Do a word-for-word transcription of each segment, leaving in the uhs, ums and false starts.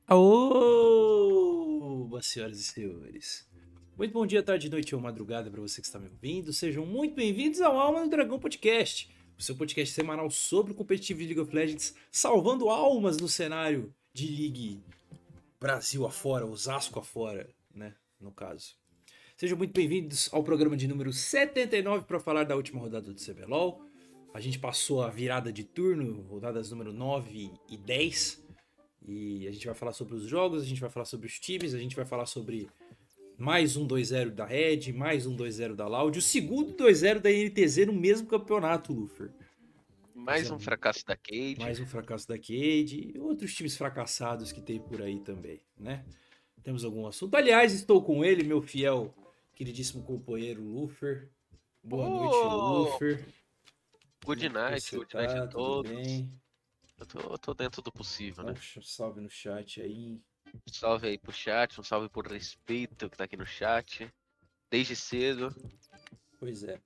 Aô, boas senhoras e senhores. Muito bom dia, tarde, noite ou madrugada para você que está me ouvindo. Sejam muito bem-vindos ao Alma do Dragão Podcast, o seu podcast semanal sobre o competitivo de League of Legends, salvando almas no cenário de League Brasil afora, Osasco afora, né, no caso. Sejam muito bem-vindos ao programa de número setenta e nove para falar da última rodada do C B L O L. A gente passou a virada de turno, rodadas número nove e dez. E a gente vai falar sobre os jogos, a gente vai falar sobre os times, a gente vai falar sobre mais um dois zero da Red, mais um dois zero da Loud, o segundo dois zero da N T Z no mesmo campeonato, Luffy. Mais um fracasso da Cade. Mais um fracasso da Cade e outros times fracassados que tem por aí também, né? Temos algum assunto. Aliás, estou com ele, meu fiel, queridíssimo companheiro Luffy. Boa oh, noite, Luffy. Good night, good night tá? a Tudo todos. bem? Eu tô, eu tô dentro do possível, né? Um salve no chat aí. Salve aí pro chat, um salve por respeito que tá aqui no chat. Desde cedo. Pois é.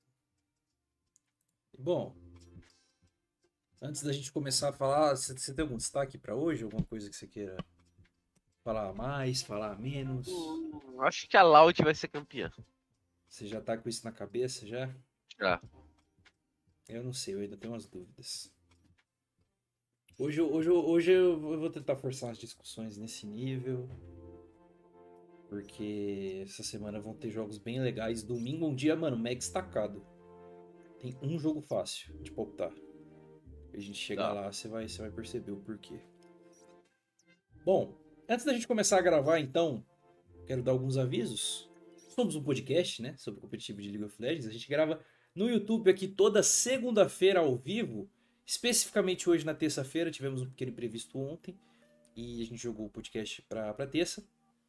Bom, antes da gente começar a falar, você tem algum destaque pra hoje? Alguma coisa que você queira falar mais, falar menos? Hum, acho que a Loud vai ser campeã. Você já tá com isso na cabeça já? Já. Eu não sei, eu ainda tenho umas dúvidas. Hoje, hoje, hoje eu vou tentar forçar as discussões nesse nível. Porque essa semana vão ter jogos bem legais. Domingo, um dia, mano, mega estacado. Tem um jogo fácil de optar. A gente chegar Tá. lá, você vai, você vai perceber o porquê. Bom, antes da gente começar a gravar, então, quero dar alguns avisos. Somos um podcast, né, sobre o competitivo de League of Legends. A gente grava no YouTube aqui toda segunda-feira ao vivo. Especificamente hoje, na terça-feira, tivemos um pequeno imprevisto ontem. E a gente jogou o podcast pra, pra terça.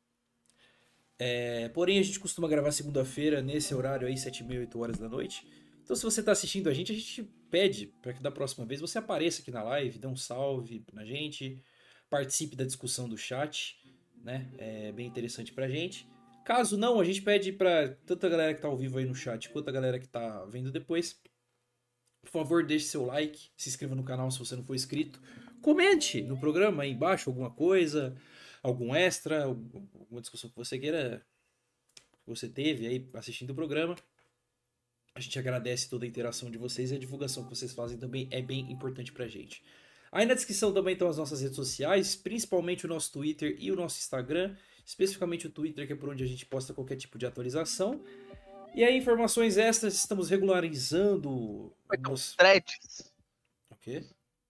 É, porém, a gente costuma gravar segunda-feira, nesse horário aí, sete e meia, oito horas da noite. Então, se você está assistindo a gente, a gente pede para que da próxima vez você apareça aqui na live, dê um salve na gente, participe da discussão do chat, né? É bem interessante pra gente. Caso não, a gente pede para tanto a galera que tá ao vivo aí no chat quanto a galera que tá vendo depois, por favor, deixe seu like, se inscreva no canal se você não for inscrito, comente no programa aí embaixo alguma coisa, algum extra, alguma discussão que você queira, que você teve aí assistindo o programa. A gente agradece toda a interação de vocês e a divulgação que vocês fazem também é bem importante pra gente. Aí na descrição também estão as nossas redes sociais, principalmente o nosso Twitter e o nosso Instagram, especificamente o Twitter, que é por onde a gente posta qualquer tipo de atualização. E aí, informações extras, estamos regularizando Vai ter um algumas... threads. O quê?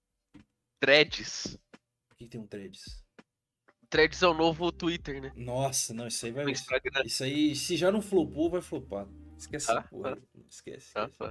Threads. O que tem um threads? Threads é o novo Twitter, né? Nossa, não, isso aí vai... O Instagram. Isso aí, se já não flopou, vai flopar. Esquece essa Ah, porra ah, aí. Esquece, ah, esquece. ah.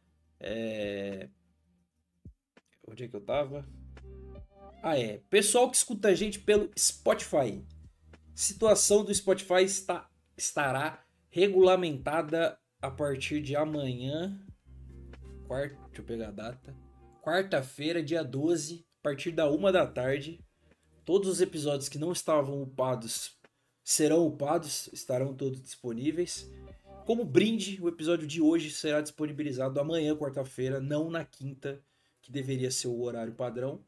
É... Onde é que eu tava? Ah, é. Pessoal que escuta a gente pelo Spotify. Situação do Spotify está, estará regulamentada a partir de amanhã. Quarta, deixa eu pegar a data. Quarta-feira, dia doze, a partir da uma da tarde. Todos os episódios que não estavam upados serão upados, estarão todos disponíveis. Como brinde, o episódio de hoje será disponibilizado amanhã, quarta-feira, não na quinta, que deveria ser o horário padrão.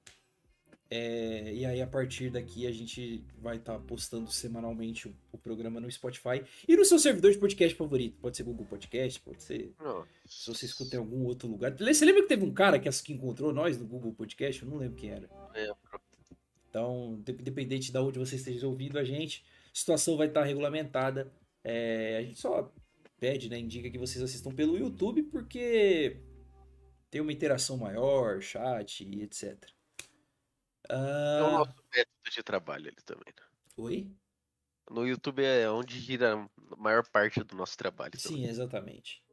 É, e aí, a partir daqui, a gente vai estar tá postando semanalmente o, o programa no Spotify e no seu servidor de podcast favorito. Pode ser Google Podcast, pode ser. Nossa. Se você escuta em algum outro lugar. Você lembra que teve um cara que, que encontrou nós no Google Podcast? Eu não lembro quem era. É, Então, independente de onde você esteja ouvindo a gente, a situação vai estar regulamentada. É, a gente só pede, né, indica que vocês assistam pelo YouTube, porque tem uma interação maior, chat e etcétera. é o Ah, nosso método de trabalho ali também, né? oi? No YouTube é onde gira a maior parte do nosso trabalho também. Sim, exatamente.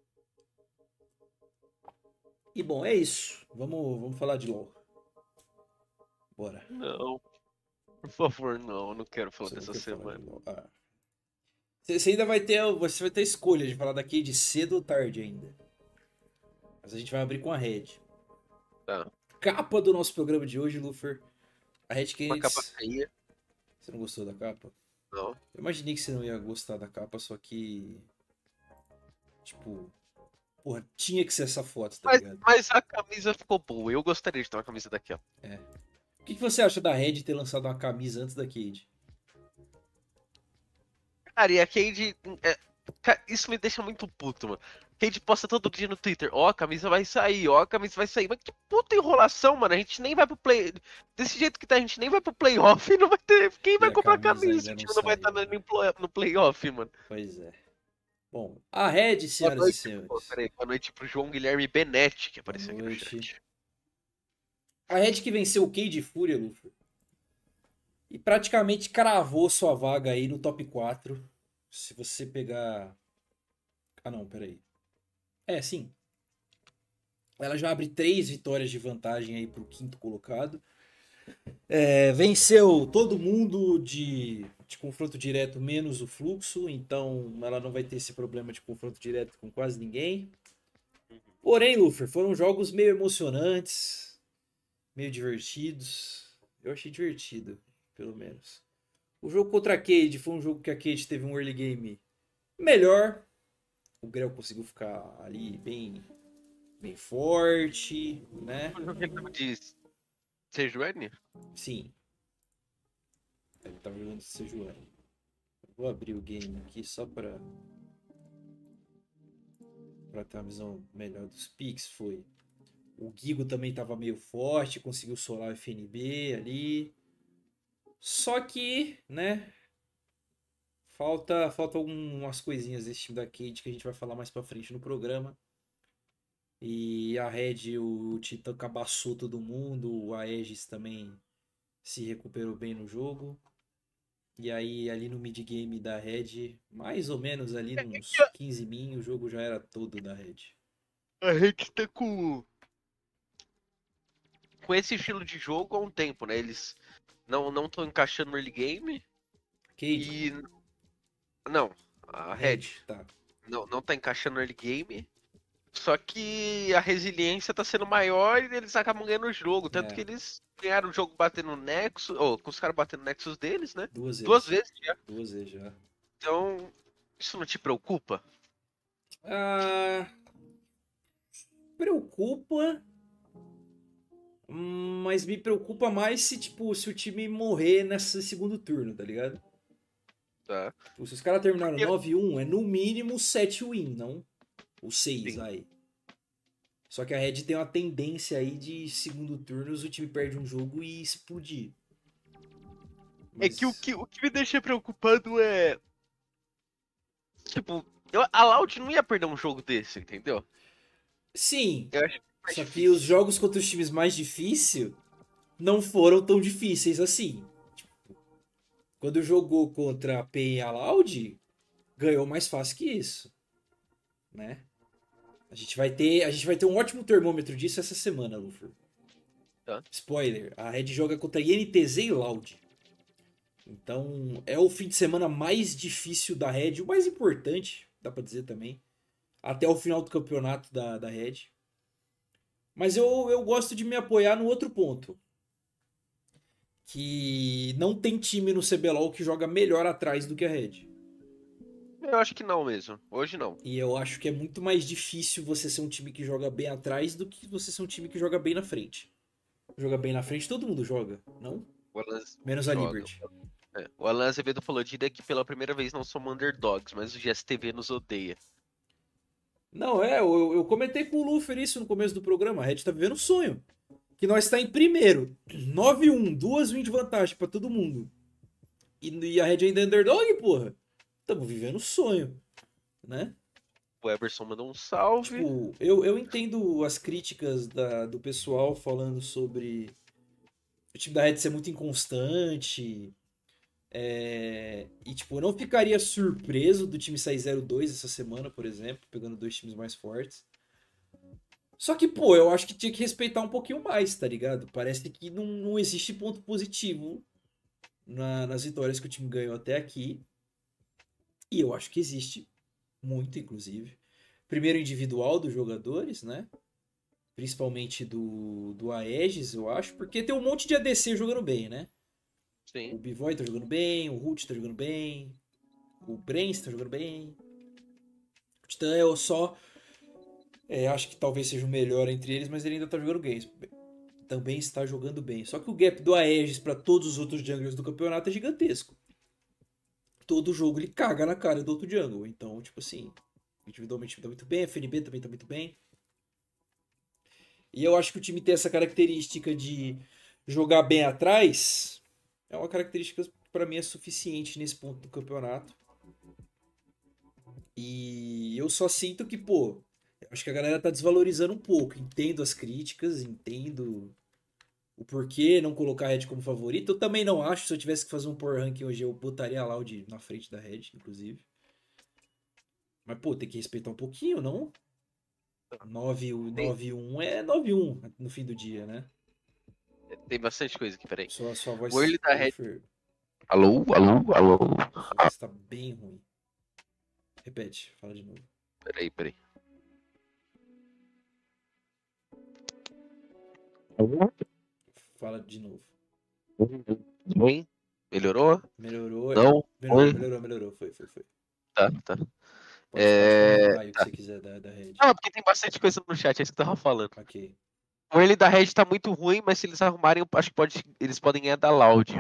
E bom, é isso. Vamos, vamos falar de LoL. Bora. Não, por favor, não. Eu não quero falar Você não dessa quer falar de semana. LoL? Ah. Você você ainda vai ter, você vai ter a escolha de falar daqui de cedo ou tarde ainda. Mas a gente vai abrir com a Red. Tá. Capa do nosso programa de hoje, Lufer. A Red Uma capa Canids. feia. Você não gostou da capa? Não. Eu imaginei que você não ia gostar da capa, só que. Tipo. Porra, tinha que ser essa foto, tá Mas, ligado? mas a camisa ficou boa. Eu gostaria de ter uma camisa daquela. É. que, que você acha da Red ter lançado uma camisa antes da Cade? Cara, e a Cade. é, ca- isso me deixa muito puto, mano. Cade posta todo dia no Twitter, ó, a camisa vai sair, ó, a camisa vai sair. Mas que puta enrolação, mano. A gente nem vai pro play. Desse jeito que tá, a gente nem vai pro playoff e não vai ter. Quem E vai a comprar camisa camisa se ainda o não time não vai estar saiu, no, né? play- no playoff, mano? Pois é. Bom, a Red, Boa senhoras e noite, pô, senhores. peraí, boa noite pro João Guilherme Benetti, que Boa apareceu aqui no noite. chat. A Red que venceu o Cade Fúria, Luffy. E praticamente cravou sua vaga aí no top quatro. Se você pegar. Ah, não, peraí. É, sim. Ela já abre três vitórias de vantagem aí pro quinto colocado. É, venceu todo mundo de, de confronto direto, menos o fluxo. Então ela não vai ter esse problema de confronto direto com quase ninguém. Porém, Luffy, foram jogos meio emocionantes, meio divertidos. Eu achei divertido, pelo menos. O jogo contra a Cade foi um jogo que a Cade teve um early game melhor. O Grell conseguiu ficar ali bem, bem forte, né? O jogo que ele tava de Sejuani? Sim, ele tava jogando Sejuani. Vou abrir o game aqui só para para ter uma visão melhor dos picks. Foi o Gigo também tava meio forte, conseguiu solar o F N B ali. Só que, né, falta falta algumas coisinhas desse time da Cade que a gente vai falar mais para frente no programa. E a Red, o Titã cabaçou todo mundo, o Aegis também se recuperou bem no jogo. E aí, ali no mid-game da Red, mais ou menos ali nos quinze min, o jogo já era todo da Red. A gente tá com. Com esse estilo de jogo há um tempo, né? Eles não não estão encaixando no early game Cade, e. Não, a Red, Red tá. não, não tá encaixando no early game. Só que a resiliência tá sendo maior e eles acabam ganhando o jogo. Tanto É, que eles ganharam o jogo batendo no Nexus, ou com os caras batendo no Nexus deles, né? duas Duas vezes. vezes já. Duas vezes já. Então, isso não te preocupa? Ah, preocupa, mas me preocupa mais se, tipo, se o time morrer nesse segundo turno, tá ligado? Tá. Tipo, se os caras terminaram Porque, nove um, é no mínimo sete win, não? Ou seis sim. aí. Só que a Red tem uma tendência aí de segundo turnos o time perde um jogo e explodir. É que o Mas que, o que me deixa preocupado é. Tipo, eu, a Loud não ia perder um jogo desse, entendeu? sim, Eu acho que é mais só que os difícil. jogos contra os times mais difíceis não foram tão difíceis assim. Quando jogou contra a P e a Loud, ganhou mais fácil que isso, né? A gente vai ter, a gente vai ter um ótimo termômetro disso essa semana, Luffy. Tá? Spoiler, a Red joga contra I N T Z e Loud. Então, é o fim de semana mais difícil da Red, o mais importante, dá pra dizer também, até o final do campeonato da, da Red. Mas eu, eu gosto de me apoiar no outro ponto. Que não tem time no C B L O L que joga melhor atrás do que a Red. Eu acho que não mesmo. Hoje não. E eu acho que é muito mais difícil você ser um time que joga bem atrás do que você ser um time que joga bem na frente. Joga bem na frente, todo mundo joga, não? O Alan Menos a joga. Liberty. É, o Alan Azevedo falou de que pela primeira vez não somos underdogs, mas o G S T V nos odeia. Não, é, eu, eu comentei com o Luffy isso no começo do programa. A Red tá vivendo um sonho. Que nós está em primeiro. nove um, duas wins de vantagem pra todo mundo. E, e a Red ainda é underdog, porra. Tamo vivendo um sonho, né? O Eberson mandou um salve. Tipo, eu, eu entendo as críticas da, do pessoal falando sobre o time da Red ser muito inconstante. É, e, tipo, eu não ficaria surpreso do time sair zero dois essa semana, por exemplo, pegando dois times mais fortes. Só que, pô, eu acho que tinha que respeitar um pouquinho mais, tá ligado? Parece que não, não existe ponto positivo na- nas vitórias que o time ganhou até aqui. E eu acho que existe muito, inclusive. Primeiro individual dos jogadores, né? Principalmente do, do Aegis, eu acho. Porque tem um monte de A D C jogando bem, né? Sim. O Bivoy tá jogando bem, o Hult tá jogando bem, o Brains tá jogando bem. O Titã eu só é, acho que talvez seja o melhor entre eles, mas ele ainda tá jogando bem. também está jogando bem. Só que o gap do Aegis para todos os outros junglers do campeonato é gigantesco. Todo jogo ele caga na cara do outro jungle. Então, tipo assim, individualmente tá muito bem, a F N B também tá muito bem. E eu acho que o time tem essa característica de jogar bem atrás. É uma característica que para mim é suficiente nesse ponto do campeonato. E eu só sinto que, pô, acho que a galera tá desvalorizando um pouco. Entendo as críticas, entendo o porquê não colocar a Red como favorito. Eu também não acho. Se eu tivesse que fazer um power ranking hoje, eu botaria a Loud na frente da Red, inclusive. Mas, pô, tem que respeitar um pouquinho, não? nove um é nove um no fim do dia, né? Tem bastante coisa aqui, peraí. Sua, sua voz... O early da Red... Fer... Alô, alô, alô. Sua voz tá bem ruim. Repete, fala de novo. Peraí, peraí. Fala de novo. Ruim? Melhorou? Melhorou? Não? Melhorou, Oi? melhorou, melhorou. Foi, foi, foi. Tá, tá. Pode, É... pode comentar aí o que tá. você quiser da, da Red. Não, porque tem bastante coisa no chat, é isso que eu tava falando. Ok. O early da Red tá muito ruim, mas se eles arrumarem, eu acho que pode, eles podem ganhar da Loud.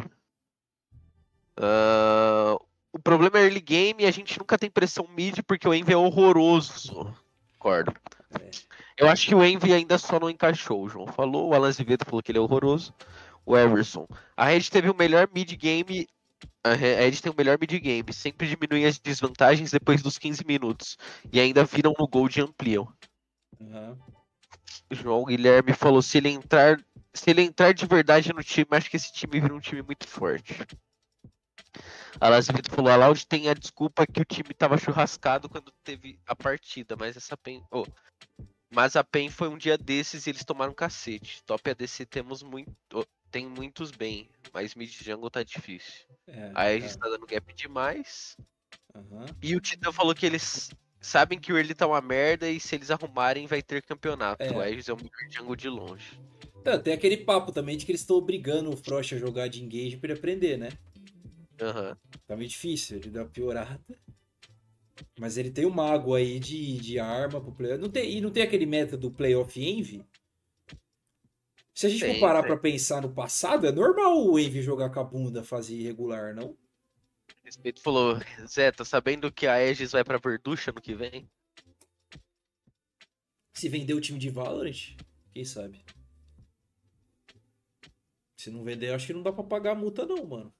Uh, o problema é early game e a gente nunca tem pressão mid porque o Envy é horroroso. Concordo. É. Eu acho que o Envy ainda só não encaixou. O João falou, o Alan Ziveto falou que ele é horroroso. O Everson. A Red teve o melhor mid game. A Red tem o melhor mid game. Sempre diminuem as desvantagens depois dos quinze minutos. E ainda viram no Gold e ampliam. Uhum. João Guilherme falou: se ele entrar. Se ele entrar de verdade no time, acho que esse time vira um time muito forte. A Lazivito falou: a Loud tem a desculpa que o time tava churrascado quando teve a partida, mas essa PEN. Oh, mas a PEN foi um dia desses e eles tomaram um cacete. Top A D C temos muito. Oh, tem muitos bem, mas mid jungle tá difícil. É, A Aegis é. tá dando gap demais. Uhum. E o Titã falou que eles sabem que o early tá uma merda e se eles arrumarem vai ter campeonato. É. O Aegis é o melhor jungle de longe. Então, tem aquele papo também de que eles estão obrigando o Frost a jogar de engage pra ele aprender, né? Aham. Uhum. Tá meio difícil, ele dá uma piorada. Mas ele tem o mago aí de, de arma pro player. Não tem, e não tem aquele meta do Playoff Envy? Se a gente Tem, for parar tem. pra pensar no passado, é normal o Envy jogar com a bunda, fazer irregular, não? Respeito falou: Zé, tá sabendo que a Aegis vai pra Verducha no que vem? Se vender o time de Valorant, quem sabe? Se não vender, acho que não dá pra pagar a multa não, mano.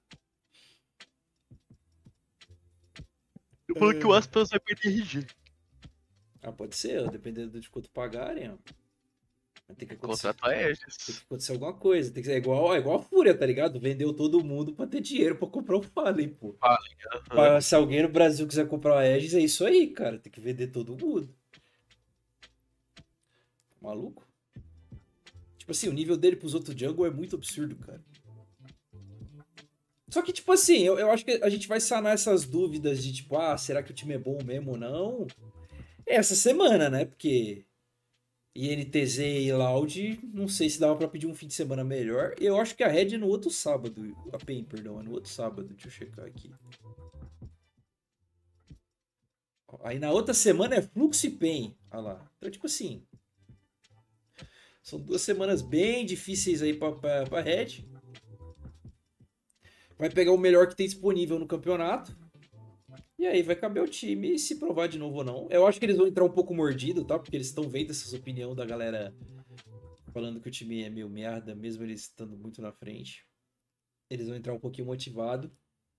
Eu falo que o Aspas vai perder R G. Ah, pode ser, ó, dependendo de quanto pagarem, ó. Tem que acontecer, Contrato a Aegis. tem que acontecer alguma coisa. Tem que ser igual, é igual a Fúria, tá ligado? Vendeu todo mundo pra ter dinheiro pra comprar o Fallen, pô. Fallen, Pra- aham. Se alguém no Brasil quiser comprar o Aegis, é isso aí, cara. Tem que vender todo mundo. Maluco? Tipo assim, o nível dele pros outros jungle é muito absurdo, cara. Só que, tipo assim, eu, eu acho que a gente vai sanar essas dúvidas de, tipo, ah, será que o time é bom mesmo ou não? Essa semana, né? Porque I N T Z e Loud, não sei se dava pra pedir um fim de semana melhor. Eu acho que a Red é no outro sábado. A PEN, perdão, é no outro sábado. Deixa eu checar aqui. Aí na outra semana é Fluxo e PEN. Olha lá. Então, tipo assim. São duas semanas bem difíceis aí pra, pra, pra Red. Vai pegar o melhor que tem disponível no campeonato. E aí vai caber o time se provar de novo ou não. Eu acho que eles vão entrar um pouco mordido, tá? Porque eles estão vendo essas opiniões da galera falando que o time é meio merda, mesmo eles estando muito na frente. Eles vão entrar um pouquinho motivado.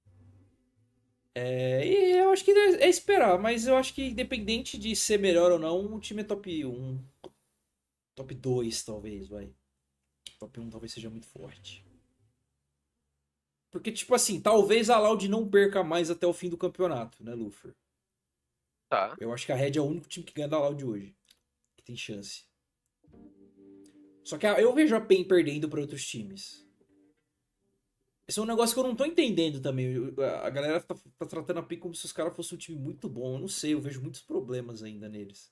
É, e eu acho que é esperar, mas eu acho que independente de ser melhor ou não, o time é top um. Top dois, talvez, vai. Top um talvez seja muito forte. Porque, tipo assim, talvez a Loud não perca mais até o fim do campeonato, né, Luffy? Tá. Eu acho que a Red é o único time que ganha da Loud hoje. Que tem chance. Só que eu vejo a PEN perdendo para outros times. Esse é um negócio que eu não tô entendendo também. A galera tá, tá tratando a PEN como se os caras fossem um time muito bom. Eu não sei, eu vejo muitos problemas ainda neles.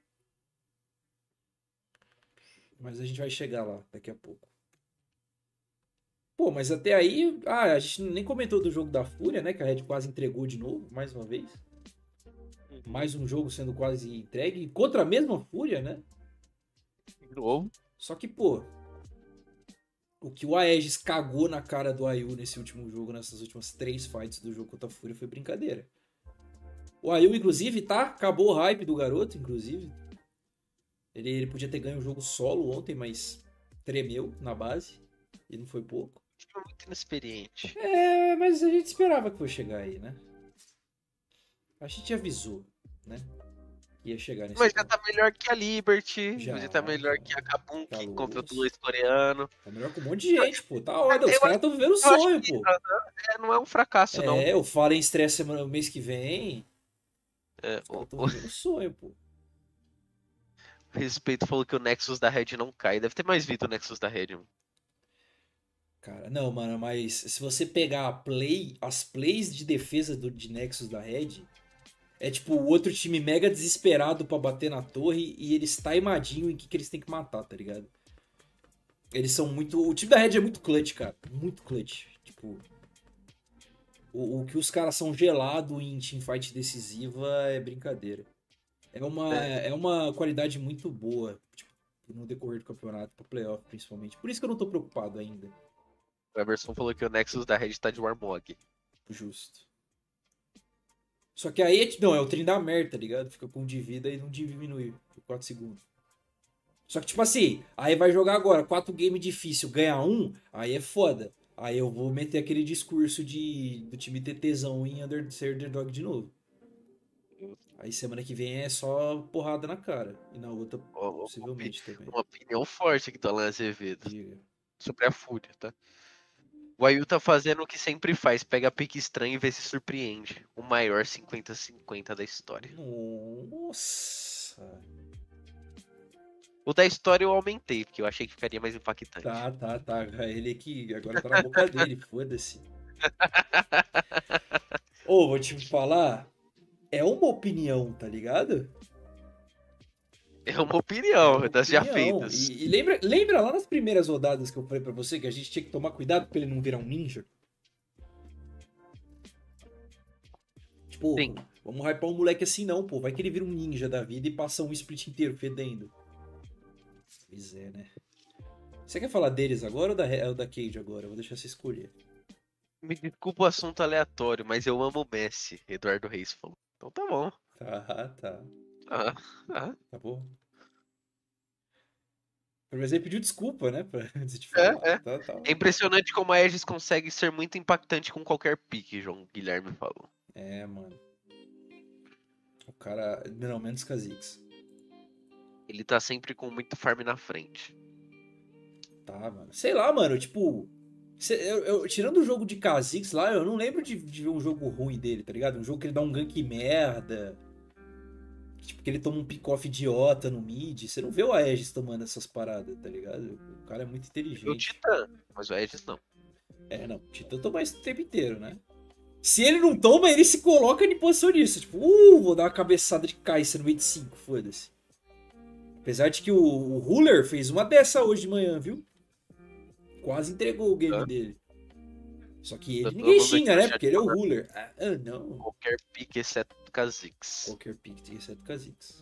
Mas a gente vai chegar lá daqui a pouco. Pô, mas até aí... Ah, a gente nem comentou do jogo da Fúria, né? Que a Red quase entregou de novo, mais uma vez. Uhum. Mais um jogo sendo quase entregue. Contra a mesma Fúria, né? De novo. Só que, pô... O que o Aegis cagou na cara do Ayu nesse último jogo, nessas últimas três fights do jogo contra a Fúria, foi brincadeira. O Ayu, inclusive, tá? Acabou o hype do garoto, inclusive. Ele, ele podia ter ganho o jogo solo ontem, mas tremeu na base. E não foi pouco. Foi muito inexperiente. É, mas a gente esperava que fosse chegar aí, né? A gente avisou, né? Que ia chegar nesse Mas já ponto. tá melhor que a Liberty. Já, Já tá melhor já. que a Kabum, que Calou. contratou esse coreano. Tá melhor com um monte de gente, pô. Tá hora. Os Eu caras acho, tão vivendo o eu acho sonho, que pô. é, não é um fracasso, não. É, o Fallen Stress semana, mês que vem. É, Os o, caras tão o vivendo o sonho, pô. Respeito falou que o Nexus da Red não cai. Deve ter mais vida o Nexus da Red. Mano. Cara, não, mano, mas se você pegar a play, as plays de defesa do, de Nexus da Red, é tipo o outro time mega desesperado pra bater na torre e eles timadinho em que, que eles têm que matar, tá ligado? Eles são muito. O time da Red é muito clutch, cara. Muito clutch. Tipo. O, o que os caras são gelado em teamfight decisiva é brincadeira. É uma, É. é uma qualidade muito boa, tipo, no decorrer do campeonato, pro playoff principalmente. Por isso que eu não tô preocupado ainda. O Emerson falou que o Nexus da Red tá de Warmog. Justo. Só que aí, é- não, é o trem da merda, tá ligado? Fica com um de vida e não diminui por quatro segundos. Só que, tipo assim, aí vai jogar agora, quatro game difícil, ganhar um, aí é foda. Aí eu vou meter aquele discurso de do time ter tesão em under, ser underdog de novo. Aí semana que vem é só porrada na cara. E na outra, Ó, opi- possivelmente também. Uma opinião forte aqui do Alan Azevedo. Diga. Sobre a Fúria, tá? O Ayu tá fazendo o que sempre faz. Pega pique estranho e vê se surpreende. O maior cinquenta cinquenta da história. Nossa. O da história eu aumentei, porque eu achei que ficaria mais impactante. Tá, tá, tá. Ele aqui, agora tá na boca dele, foda-se. Ô, vou te falar. É uma opinião, tá ligado? É uma É opinião uma das já opinião. feitas. E, e lembra, lembra lá nas primeiras rodadas que eu falei pra você que a gente tinha que tomar cuidado pra ele não virar um ninja? Tipo, Sim. vamos hypar um moleque assim não, pô. Vai que ele vira um ninja da vida e passa um split inteiro fedendo. Pois é, né? Você quer falar deles agora ou da, ou da Cade agora? Eu vou deixar você escolher. Me desculpa o assunto aleatório, mas eu amo o Messi, Eduardo Reis falou. Então tá bom. Tá, tá. Ah, ah. Tá bom. Mas ele pediu desculpa, né? Pra, antes de É, falar. é. Tá, tá. É impressionante como a Aegis consegue ser muito impactante com qualquer pique, João Guilherme falou. É, mano. O cara. Não, menos Kha'Zix. Ele tá sempre com muito farm na frente. Tá, mano. Sei lá, mano. Tipo. cê- eu, eu- tirando o jogo de Kha'Zix lá, eu não lembro de, de ver um jogo ruim dele, tá ligado? Um jogo que ele dá um gank merda. Tipo, que ele toma um pick-off idiota no mid. Você não vê o Aegis tomando essas paradas, tá ligado? O cara é muito O inteligente. Titã, mas o Aegis não. É, não. O Titã toma isso o tempo inteiro, né? Se ele não toma, ele se coloca em posição disso. Tipo, uh, vou dar uma cabeçada de Kai'Sa no meio de cinco, foda-se. Apesar de que o, o Ruler fez uma dessa hoje de manhã, viu? Quase entregou o game Hã? dele. Só que Tá ele todo ninguém mundo aqui xinga, no né? chat Porque ele é o falando Ruler. Ah, ah, não. qualquer pique exceto Kha'Zix. Qualquer pick, exceto Kha'Zix.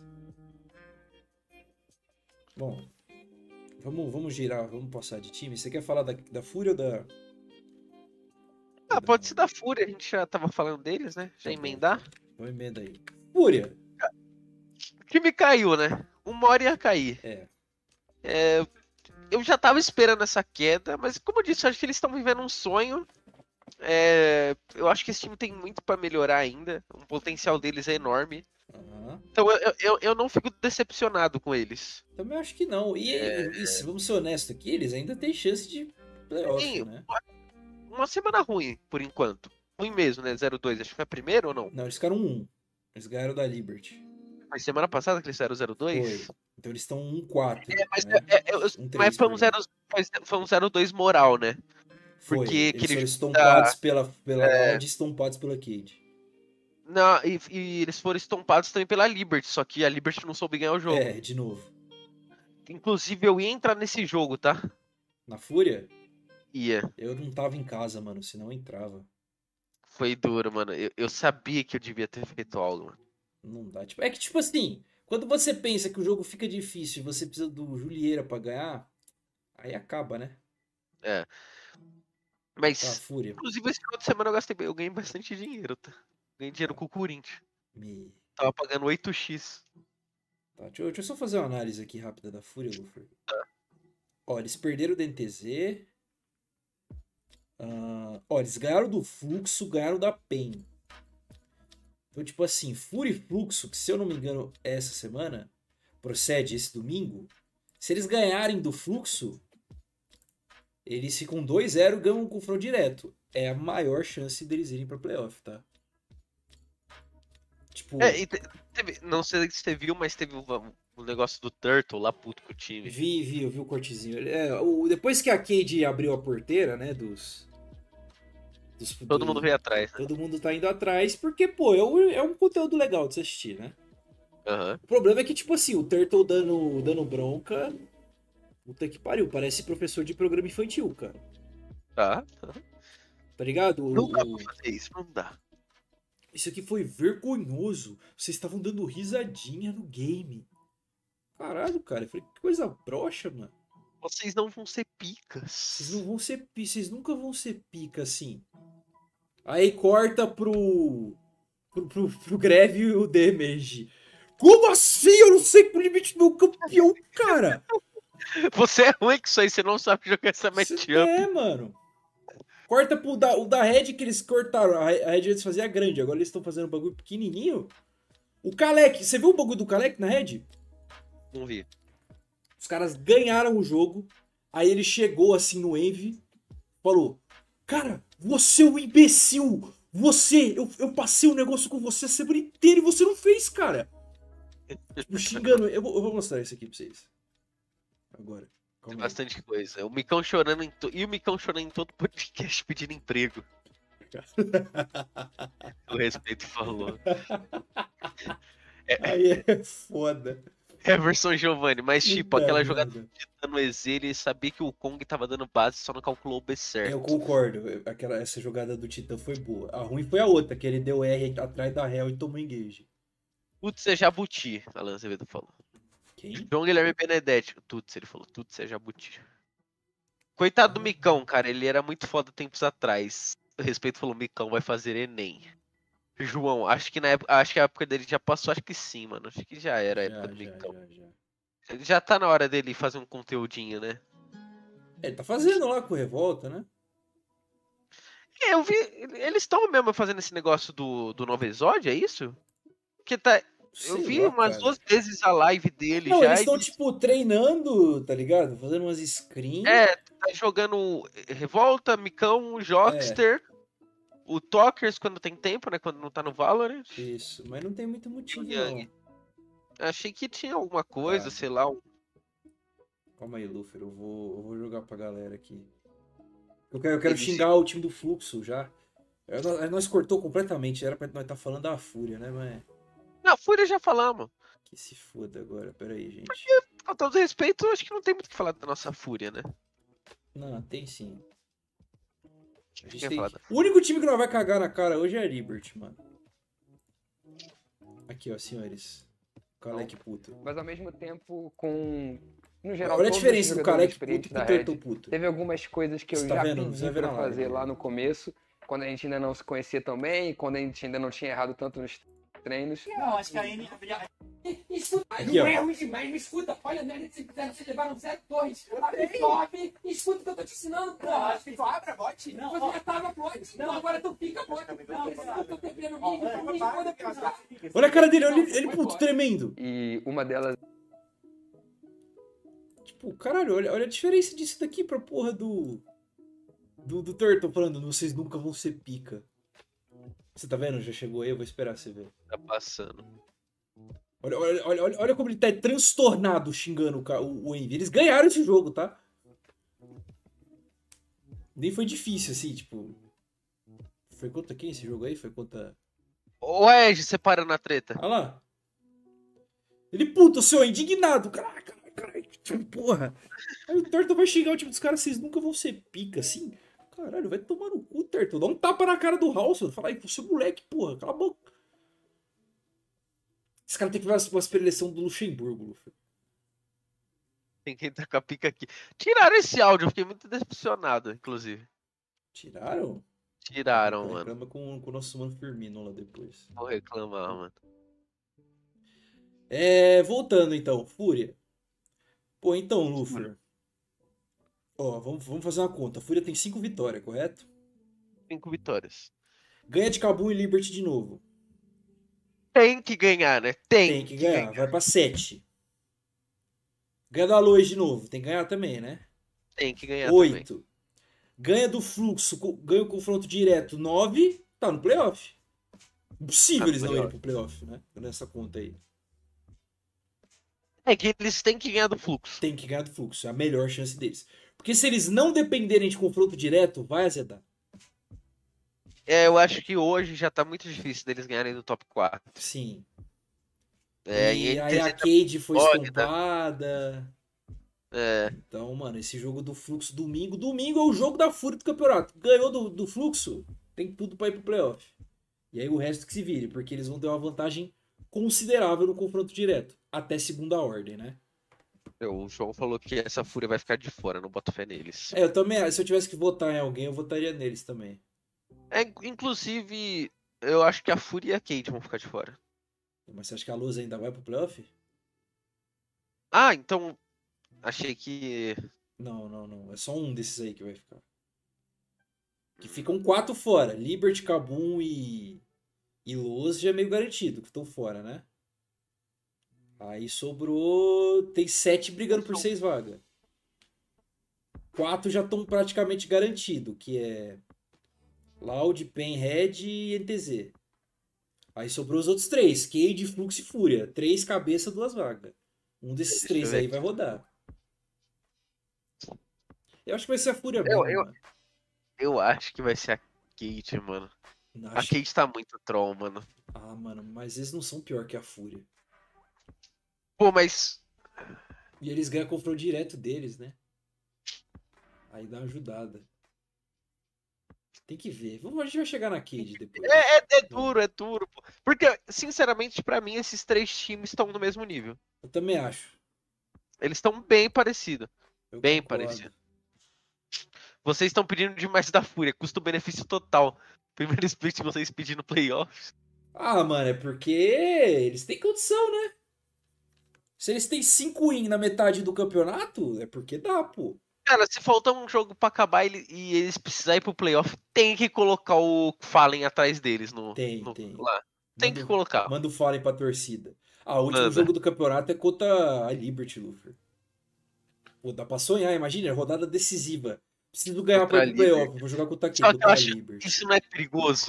Bom, vamos, vamos girar, vamos passar de time. Você quer falar da, da Fúria ou da... Ah, da- pode ser da Fúria, a gente já tava falando deles, né? Já Tá bom, emendar. tá. Vamos emenda aí. Fúria. O time caiu, né? Uma hora ia cair. É. É, eu já tava esperando essa queda, mas como eu disse, eu acho que eles estão vivendo um sonho. É, eu acho que esse time tem muito pra melhorar ainda. O potencial deles é enorme. Aham. Então eu, eu, eu não fico decepcionado com eles. Também acho que não. E, e- e se vamos ser honestos aqui, eles ainda têm chance de playoff, Sim, né? uma semana ruim, por enquanto. Ruim mesmo, né? zero dois. Acho que foi a primeira ou não? Não, eles ficaram um. Eles ganharam da Liberty. Foi semana passada que eles fizeram zero dois? Foi. Então eles estão um quatro. É, mas, né? é, é, eu- Um três, mas foi um perdão. zero foi, foi um zero dois moral, né? Foi. Porque Eles aquele foram jogo estompados da- pela, pela é. Loud e estompados pela Cade. Não, e, e eles foram estompados também pela Liberty, só que a Liberty não soube ganhar o jogo. É, de novo. Inclusive, eu ia entrar nesse jogo, tá? Na Fúria, Ia. eu não tava em casa, mano, senão eu entrava. Foi duro, mano. Eu, eu sabia que eu devia ter feito algo, mano. Não dá. Tipo, é que, tipo assim, quando você pensa que o jogo fica difícil e você precisa do Julieira pra ganhar, aí acaba, né? É. Tá, Mas, Fúria. inclusive, esse final de semana eu gastei, eu ganhei bastante dinheiro, tá? Ganhei dinheiro com o Corinthians. Me... Tava pagando oito x. Tá, deixa, eu, deixa eu só fazer uma análise aqui rápida da Fúria, Luffy. Ó, eles perderam o D N T Z. Uh, ó, eles ganharam do Fluxo, ganharam da P E N. Então, tipo assim, Fúria e Fluxo, que se eu não me engano é essa semana, procede esse domingo. Se eles ganharem do Fluxo, eles ficam dois a zero e ganham um confronto direto. É a maior chance deles irem pra playoff, tá? Tipo. É, e te- teve, não sei se você viu, mas teve o, o negócio do Turtle lá puto com o time. Vi, vi, eu vi o cortezinho. É, o, depois que a Cade abriu a porteira, né, dos... dos Todo do- mundo veio atrás, né? Todo mundo tá indo atrás, porque, pô, é um, é um conteúdo legal de se assistir, né? Aham. O problema é que, tipo assim, o Turtle dando, dando bronca... Puta que pariu, parece professor de programa infantil, cara. Tá. Tá ligado? O- Não dá o- pra fazer isso, não dá. Isso aqui foi vergonhoso. Vocês estavam dando risadinha no game. Caralho, cara. Eu falei, que coisa broxa, mano. Vocês não vão ser picas. Vocês não vão ser pi- vocês nunca vão ser pica assim. Aí corta pro pro, pro, pro Greve e o Damage. Como assim? Eu não sei com o limite do meu campeão, cara. Você é ruim que isso aí, você não sabe jogar essa Você matchup. é, mano. Corta pro da, o da Red que eles cortaram. A a Red antes fazia grande, agora eles estão fazendo um bagulho pequenininho. O Kalec, você viu o bagulho do Kalec na Red? Não vi. Os caras ganharam o jogo. Aí ele chegou assim no Envy. Falou: Cara, você é um imbecil. Você, eu, eu passei um negócio com você a semana inteira e você não fez, cara. Tipo, xingando. Eu vou, eu vou mostrar isso aqui pra vocês. Agora. Tem Calma aí. bastante coisa. O Micão chorando em to... E o Micão chorando em todo podcast pedindo emprego. O respeito falou. Aí é foda. Everson Giovanni, mas tipo, Puta aquela merda. jogada de no E Z, ele sabia que o Kong tava dando base, só não calculou o B certo. Eu concordo. Aquela, essa jogada do Titã foi boa. A ruim foi a outra, que ele deu R atrás da Hell e tomou engage. Tudo é jabuti, Alan Azevedo falou. Quem? João Guilherme Benedetti, tudo ele falou, tudo é jabuti. Coitado do Micão, cara, ele era muito foda tempos atrás. O respeito falou, Micão vai fazer Enem. João, acho que na época, acho que a época dele já passou, acho que sim, mano. Acho que já era a Já, época do já, Micão. já, já. Ele já tá na hora dele fazer um conteúdinho, né? É, ele tá fazendo lá com o Revolta, né? É, eu vi. Eles estão mesmo fazendo esse negócio do, do novo exódio, é isso? Porque tá. Eu Sei vi lá, umas cara. duas vezes a live dele Não, já. eles e estão, diz- tipo, treinando, tá ligado? Fazendo umas screens. É, tá jogando Revolta, Micão, Jockster, o Talkers quando tem tempo, né? Quando não tá no Valorant. Isso, mas não tem muito motivo, E o Young. não. Achei que tinha alguma coisa, Tá. sei lá. um- Calma aí, Luffy, eu vou, eu vou jogar pra galera aqui. Eu quero, eu quero Ele xingar o time do Fluxo já. É, nós, nós cortou completamente, era pra nós estar falando da Fúria, né? Mas Não, Fúria já falamos. que se foda agora, pera aí, gente. Com todo respeito, acho que não tem muito o que falar da nossa Fúria, né? Não, tem sim. A gente Quer tem... falar da- O único time que não vai cagar na cara hoje é a Liberty, mano. Aqui, ó, senhores. Kalec puto. Mas ao mesmo tempo, com. No geral, Olha a todos diferença os do jogadores Kalec puto experientes pro da Red, Turtle puto. teve algumas coisas que eu Você tá já vendo? pedi Você vai ver pra na live, fazer né? lá no começo, quando a gente ainda não se conhecia tão bem, quando a gente ainda não tinha errado tanto nos treinos. Não, acho que a N. Escuta, Aqui, ó. não é ruim demais, me escuta. Olha, né? Se vocês levaram zero torres. Sobe, escuta o que eu tô te ensinando, pô. Acho que sobra, bote. Não, você já tava bote. Não, agora tu fica bote. Não, escuta o T P no vídeo, pra mim, quando eu pensar. Olha a cara dele, olha ele, ele puto, tremendo. E uma delas Tipo, caralho, olha, olha a diferença disso daqui pra porra do. Do, do Turtle falando, vocês nunca vão ser pica. Você tá vendo? Já chegou aí, eu vou esperar você ver. Tá passando. Olha, olha, olha, olha, olha como ele tá transtornado xingando o, ca- o, o Envy. Eles ganharam esse jogo, tá? Nem foi difícil, assim, tipo. Foi contra quem esse jogo aí? Foi contra. Ô, Ed, você para na treta. Olha lá. Ele, puta, o senhor é indignado. Caralho, caralho, caralho. Tipo, porra. Aí o Turtle vai xingar o time dos caras, vocês nunca vão ser pica, assim. Caralho, vai tomar no cu, Turtle. Dá um tapa na cara do House. Fala aí, você é moleque, porra. Cala a boca. Esse cara tem que ver uma preleção do Luxemburgo, Luffy. Tem que entrar com a pica aqui. Tiraram esse áudio, eu fiquei muito decepcionado, inclusive. Tiraram? Tiraram, Então mano. reclama com, com o nosso mano Firmino lá depois. Vou reclamar, mano. É, voltando então, Fúria. Pô, então, Luffy. Ó, vamos, vamos fazer uma conta. A Fúria tem cinco vitórias, correto? Cinco vitórias. Ganha de Kabum e Liberty de novo. Tem que ganhar, né? Tem, Tem que ganhar. Vai pra sete. Ganha da Lois de novo. Tem que ganhar também, né? Tem que ganhar também. oito. Ganha do Fluxo. co- Ganha o confronto direto. nove. Tá no playoff. Impossível Tá no eles não irem playoff. pro playoff, né? Nessa conta aí. É que eles têm que ganhar do fluxo. Tem que ganhar do Fluxo. É a melhor chance deles. Porque se eles não dependerem de confronto direto, vai azedar. É, eu acho que hoje já tá muito difícil deles ganharem do top quatro. Sim. É, e e aí a N T Z Cade foi pode, né? estompada. É, Então, mano, esse jogo do Fluxo domingo. Domingo é o jogo da Fúria do campeonato. Ganhou do, do Fluxo, tem tudo pra ir pro playoff. E aí o resto que se vire, porque eles vão ter uma vantagem considerável no confronto direto. Até segunda ordem, né? o João falou que essa fúria vai ficar de fora, não boto fé neles. É, eu também. Se eu tivesse que votar em alguém, eu votaria neles também. É, inclusive, eu acho que a Fúria e a Cade vão ficar de fora. Mas você acha que a Luz ainda vai pro playoff? Ah, então. Achei que. Não, não, não. É só um desses aí que vai ficar. Que ficam quatro fora. Liberty, Kabum e. E Luz já é meio garantido que estão fora, né? Aí sobrou. Tem sete brigando por seis vagas. Quatro já estão praticamente garantidos, que é Loud, Penhead e N T Z. Aí sobrou os outros três, Cade, Flux e Fúria. Três cabeças, duas vagas. Um desses Deixa eu três ver aí aqui. vai rodar. Eu acho que vai ser a Fúria Eu, mesmo, eu, mano. eu acho que vai ser a Cade, mano. A Acho- Cade tá muito troll, mano. Ah, mano, mas eles não são pior que a Fúria. Pô, mas. E eles ganham confronto direto deles, né? Aí dá uma ajudada. Tem que ver. Vamos, a gente vai chegar na Cade depois. É, é, é duro, é duro, pô. Porque, sinceramente, pra mim, esses três times estão no mesmo nível. Eu também acho. Eles estão bem parecidos. Eu Bem concordo. parecido. Vocês estão pedindo demais da Fúria. Custo-benefício total. Primeiro split, vocês pedindo playoffs. Ah, mano, é porque eles têm condição, né? Se eles têm cinco win na metade do campeonato, é porque dá, pô. Cara, se faltar um jogo pra acabar ele- e eles precisarem ir pro playoff, tem que colocar o Fallen atrás deles no, Tem, no- tem. lá. Tem Manda, que o- colocar. manda o Fallen pra torcida. Ah, o último Manda. jogo do campeonato é contra a Liberty, Luffy. Pô, dá pra sonhar, imagina, rodada decisiva. Preciso ganhar Contra pra a ir pro playoff. Vou jogar contra quem? Só que eu Contra a acho Liberty. isso não é perigoso.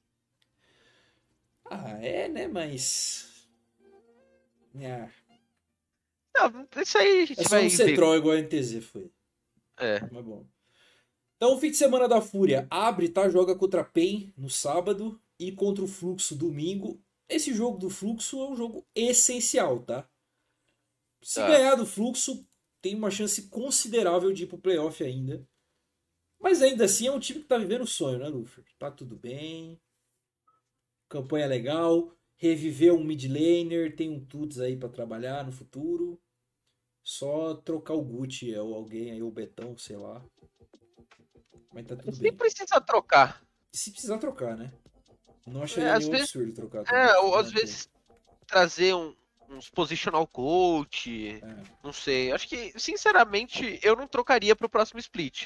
Ah, é, né? Mas. Ah, Não, isso aí a gente é só vai não ser ver. troll igual a N T Z foi. É. Mas bom. Então, o fim de semana da Fúria abre, tá? Joga contra a PEN no sábado e contra o Fluxo domingo. Esse jogo do Fluxo é um jogo essencial, tá? Se Tá. ganhar do Fluxo, tem uma chance considerável de ir pro playoff ainda. Mas ainda assim é um time que tá vivendo o sonho, né, Luffy? Tá tudo bem. Campanha legal. Reviver um mid laner. Tem um Tuts aí pra trabalhar no futuro. Só trocar o Gucci ou alguém aí, o Betão, sei lá. Mas tá tudo Nem bem. precisa trocar. Se precisar trocar, né? Não É, acharia às nenhum vezes- absurdo trocar. É, também, ou às manter. vezes trazer um, uns positional coach. É. Não sei. Acho que, sinceramente, eu não trocaria pro próximo split.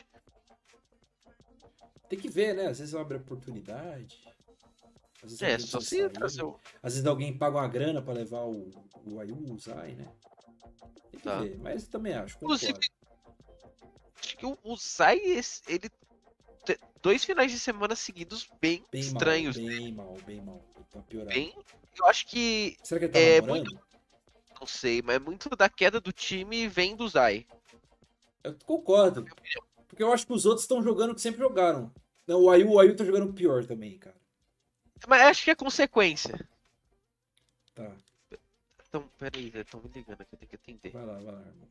Tem que ver, né? Às vezes abre oportunidade. Às vezes É, alguém só precisa se sair. trazer o. Às vezes alguém paga uma grana pra levar o, o Ayu, o Zai, né? Tem que Tá. ver, mas eu também acho. Inclusive, Concordo. acho que o, o Zai, esse- ele. te- Dois finais de semana seguidos bem, Bem estranhos. mal, né? bem mal, bem mal. Tá piorando. Bem. Eu acho que. Será que ele tá é namorando? Não sei, mas muito da queda do time vem do Zai. Eu concordo. Porque eu acho que os outros estão jogando o que sempre jogaram. Não, o Ayu, o Ayu tá jogando pior também, cara. Mas acho que é consequência. Tá, Então, peraí, estão me ligando aqui, eu tenho que atender. vai lá, vai lá, irmão.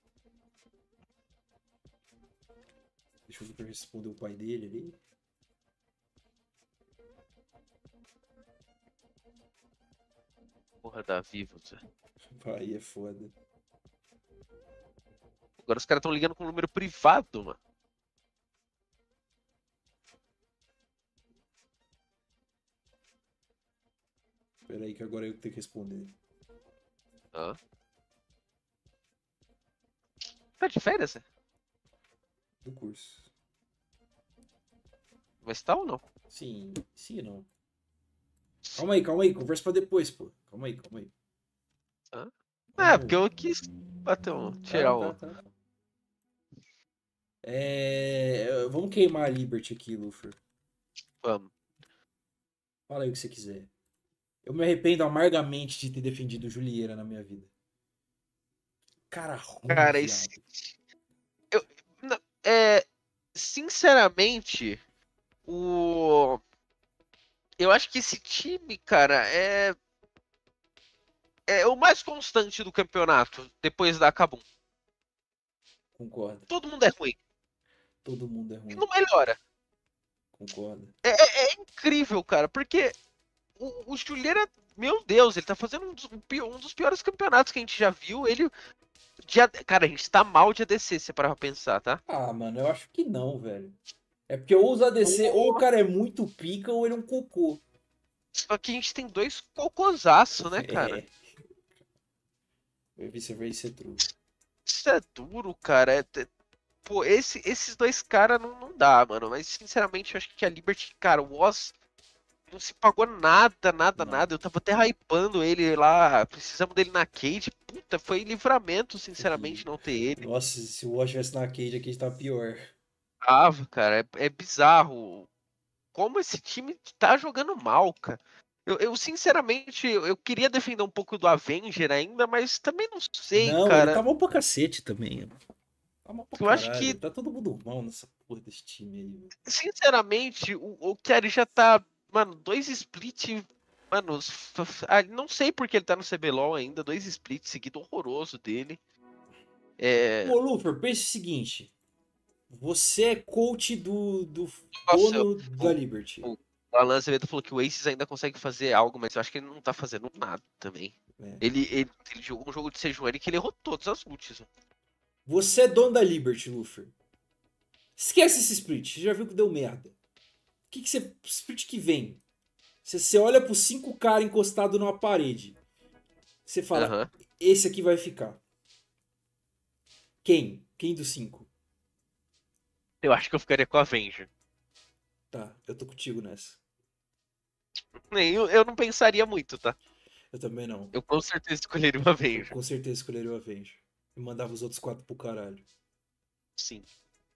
Deixa eu ver pra responder o pai dele ali. Porra da Vivo, Zé. Aí é foda. Agora os caras estão ligando com um número privado, mano. Pera aí que agora eu tenho que responder. Ah. Tá de férias, né? Do curso. Mas tá ou não? Sim, sim e não. Calma aí, calma aí. Conversa pra depois, pô. Calma aí, calma aí. Ah, Vamos- porque eu quis bater um, Tá, tirar tá, um. tá, tá. É... Vamos queimar a Liberty aqui, Luffy. Vamos. Fala aí o que você quiser. Eu me arrependo amargamente de ter defendido o Julieira na minha vida. Cara ruim, Cara, viado. esse. Eu, não, é. Sinceramente, o. Eu acho que esse time, cara, é. É o mais constante do campeonato, depois da Kabum. Concordo. Todo mundo é ruim. Todo mundo é E ruim. não melhora. Concordo. É, é- é incrível, cara, porque o, o Julieira, meu Deus, ele tá fazendo um dos, um pi- um dos piores campeonatos que a gente já viu. Ele. De A- cara, a gente tá mal de A D C, se você parar pra pensar, tá? Ah, mano, eu acho que não, velho. É porque ou os A D C, ou o cara é muito pica, ou ele é um cocô. Só que a gente tem dois cocôzaço, né, cara? É. Isso vai ser true. Isso é duro, cara. É- é- pô, esse- esses dois caras não, não dá, mano. Mas, sinceramente, eu acho que a Liberty, cara, o Oz não se pagou nada, nada, Não. nada. Eu tava até hypando ele lá. Precisamos dele na Cade. Puta, foi livramento, sinceramente, não ter ele. Nossa, se o Wash tivesse na Cade aqui, tá pior. Tava, cara. É, é bizarro. Como esse time tá jogando mal, cara. Eu, eu, sinceramente, eu, eu queria defender um pouco do Avenger ainda, mas também não sei, Não, ele cara. tá mal pra cacete também. Tá mal pra Eu acho caralho. que, Tá todo mundo mal nessa porra desse time aí, velho. sinceramente, o, o Kerry já tá, mano, dois split, mano, f- f- ah, não sei porque ele tá no C B L O L ainda, dois splits seguidos horroroso dele. É, Ô, Lufer, pense o seguinte. Você é coach do, do nossa, dono da o, Liberty. o Alan Acevedo falou que o Aces ainda consegue fazer algo, mas eu acho que ele não tá fazendo nada também. É. Ele, ele, ele jogou um jogo de Sejuani que ele errou todas as ultis. Você é dono da Liberty, Lufer. Esquece esse split. Você já viu que deu merda. O que, que você. Split que vem? Você, você olha pros cinco caras encostados numa parede. Você fala, Aham. esse aqui vai ficar. Quem? Quem dos cinco? Eu acho que eu ficaria com a Avenger. Tá, eu tô contigo nessa. Nem eu, eu não pensaria muito, tá? Eu também não. Eu com certeza escolheria o Eu Avenger. com certeza escolheria o Avenger. E mandava os outros quatro pro caralho. Sim.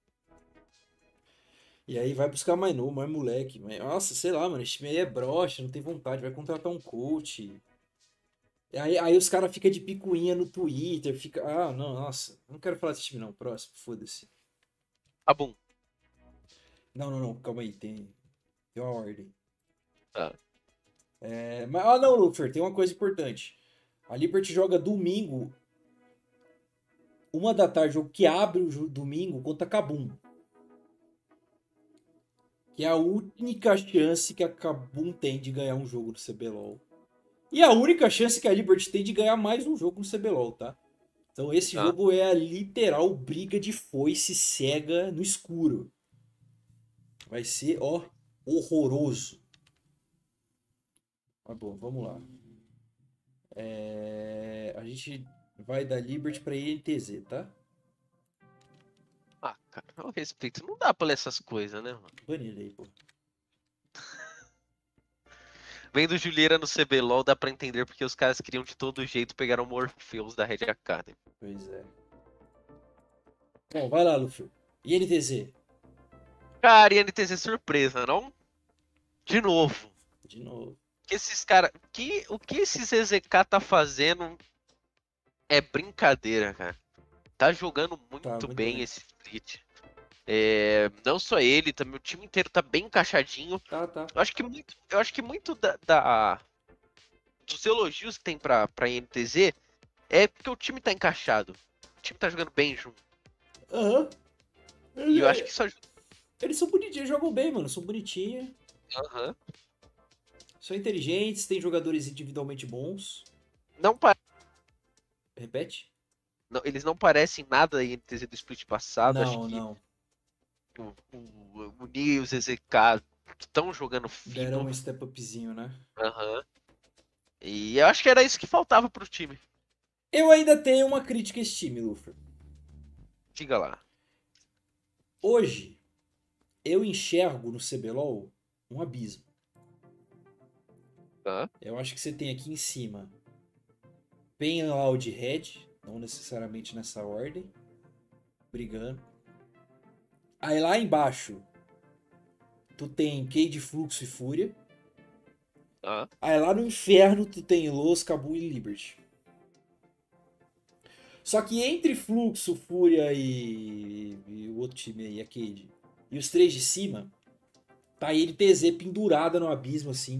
E aí vai buscar mais novo, mais moleque. Mas, nossa, sei lá, mano. Esse time aí é broxa, não tem vontade. Vai contratar um coach. E Aí, aí os caras ficam de picuinha no Twitter. Fica, ah, não, nossa. Não quero falar desse time, não. Próximo, foda-se. Tá bom. Não, não, não. Calma aí. Tem, tem uma ordem. Tá. É, mas, ah, não, Lufer, tem uma coisa importante. A Liberty joga domingo. Uma da tarde, jogo que abre o jo- domingo contra a Kabum. Que é a única chance que a Kabum tem de ganhar um jogo no C B L O L. E a única chance que a Liberty tem de ganhar mais um jogo no C B L O L, tá? Então esse Tá. jogo é a literal briga de foice cega no escuro. Vai ser, ó, horroroso. Mas bom, vamos lá. É, A gente vai da Liberty pra I N T Z, tá? Ah, cara, eu respeito. Não dá pra ler essas coisas, né, mano? Bane ele aí, pô. Vendo Julieira no C B L O L, dá pra entender porque os caras queriam de todo jeito pegar o Morpheus da Red Academy. Pois é. Bom, vai lá, Luffy. I N T Z. Cara, e N T Z surpresa, não? De novo. De novo. Que esses caras. Que, o que esse Z Z K tá fazendo é brincadeira, cara. Tá jogando muito, Tá, muito bem bem. esse split. É, não só ele, também o time inteiro tá bem encaixadinho. Tá, tá. Eu acho que muito, eu acho que muito da, da- dos elogios que tem pra, pra N T Z é porque o time tá encaixado. O time tá jogando bem junto. Aham. E eu acho que isso ajuda. Eles são bonitinhos, jogam bem, mano. São bonitinhos. Aham. São inteligentes, têm jogadores individualmente bons. Não parece. Repete? não- eles não parecem nada I N T Z do split passado. Acho Não, que não. o, o, o Nia e o Z Z K estão jogando Deram fino. um step upzinho, né? Aham. E eu acho que era isso que faltava pro time. Eu ainda tenho uma crítica a esse time, Luffy. Diga lá. Hoje, eu enxergo no C B L O L um abismo. Tá? Eu acho que você tem aqui em cima Pain, Loud e Red, não necessariamente nessa ordem, brigando. Aí lá embaixo, tu tem Cade, Fluxo e Fúria. Tá? Aí lá no inferno, tu tem Los, Cabu e Liberty. Só que entre Fluxo, Fúria e, e o outro time aí, a Cade, e os três de cima, tá a N T Z pendurada no abismo, assim.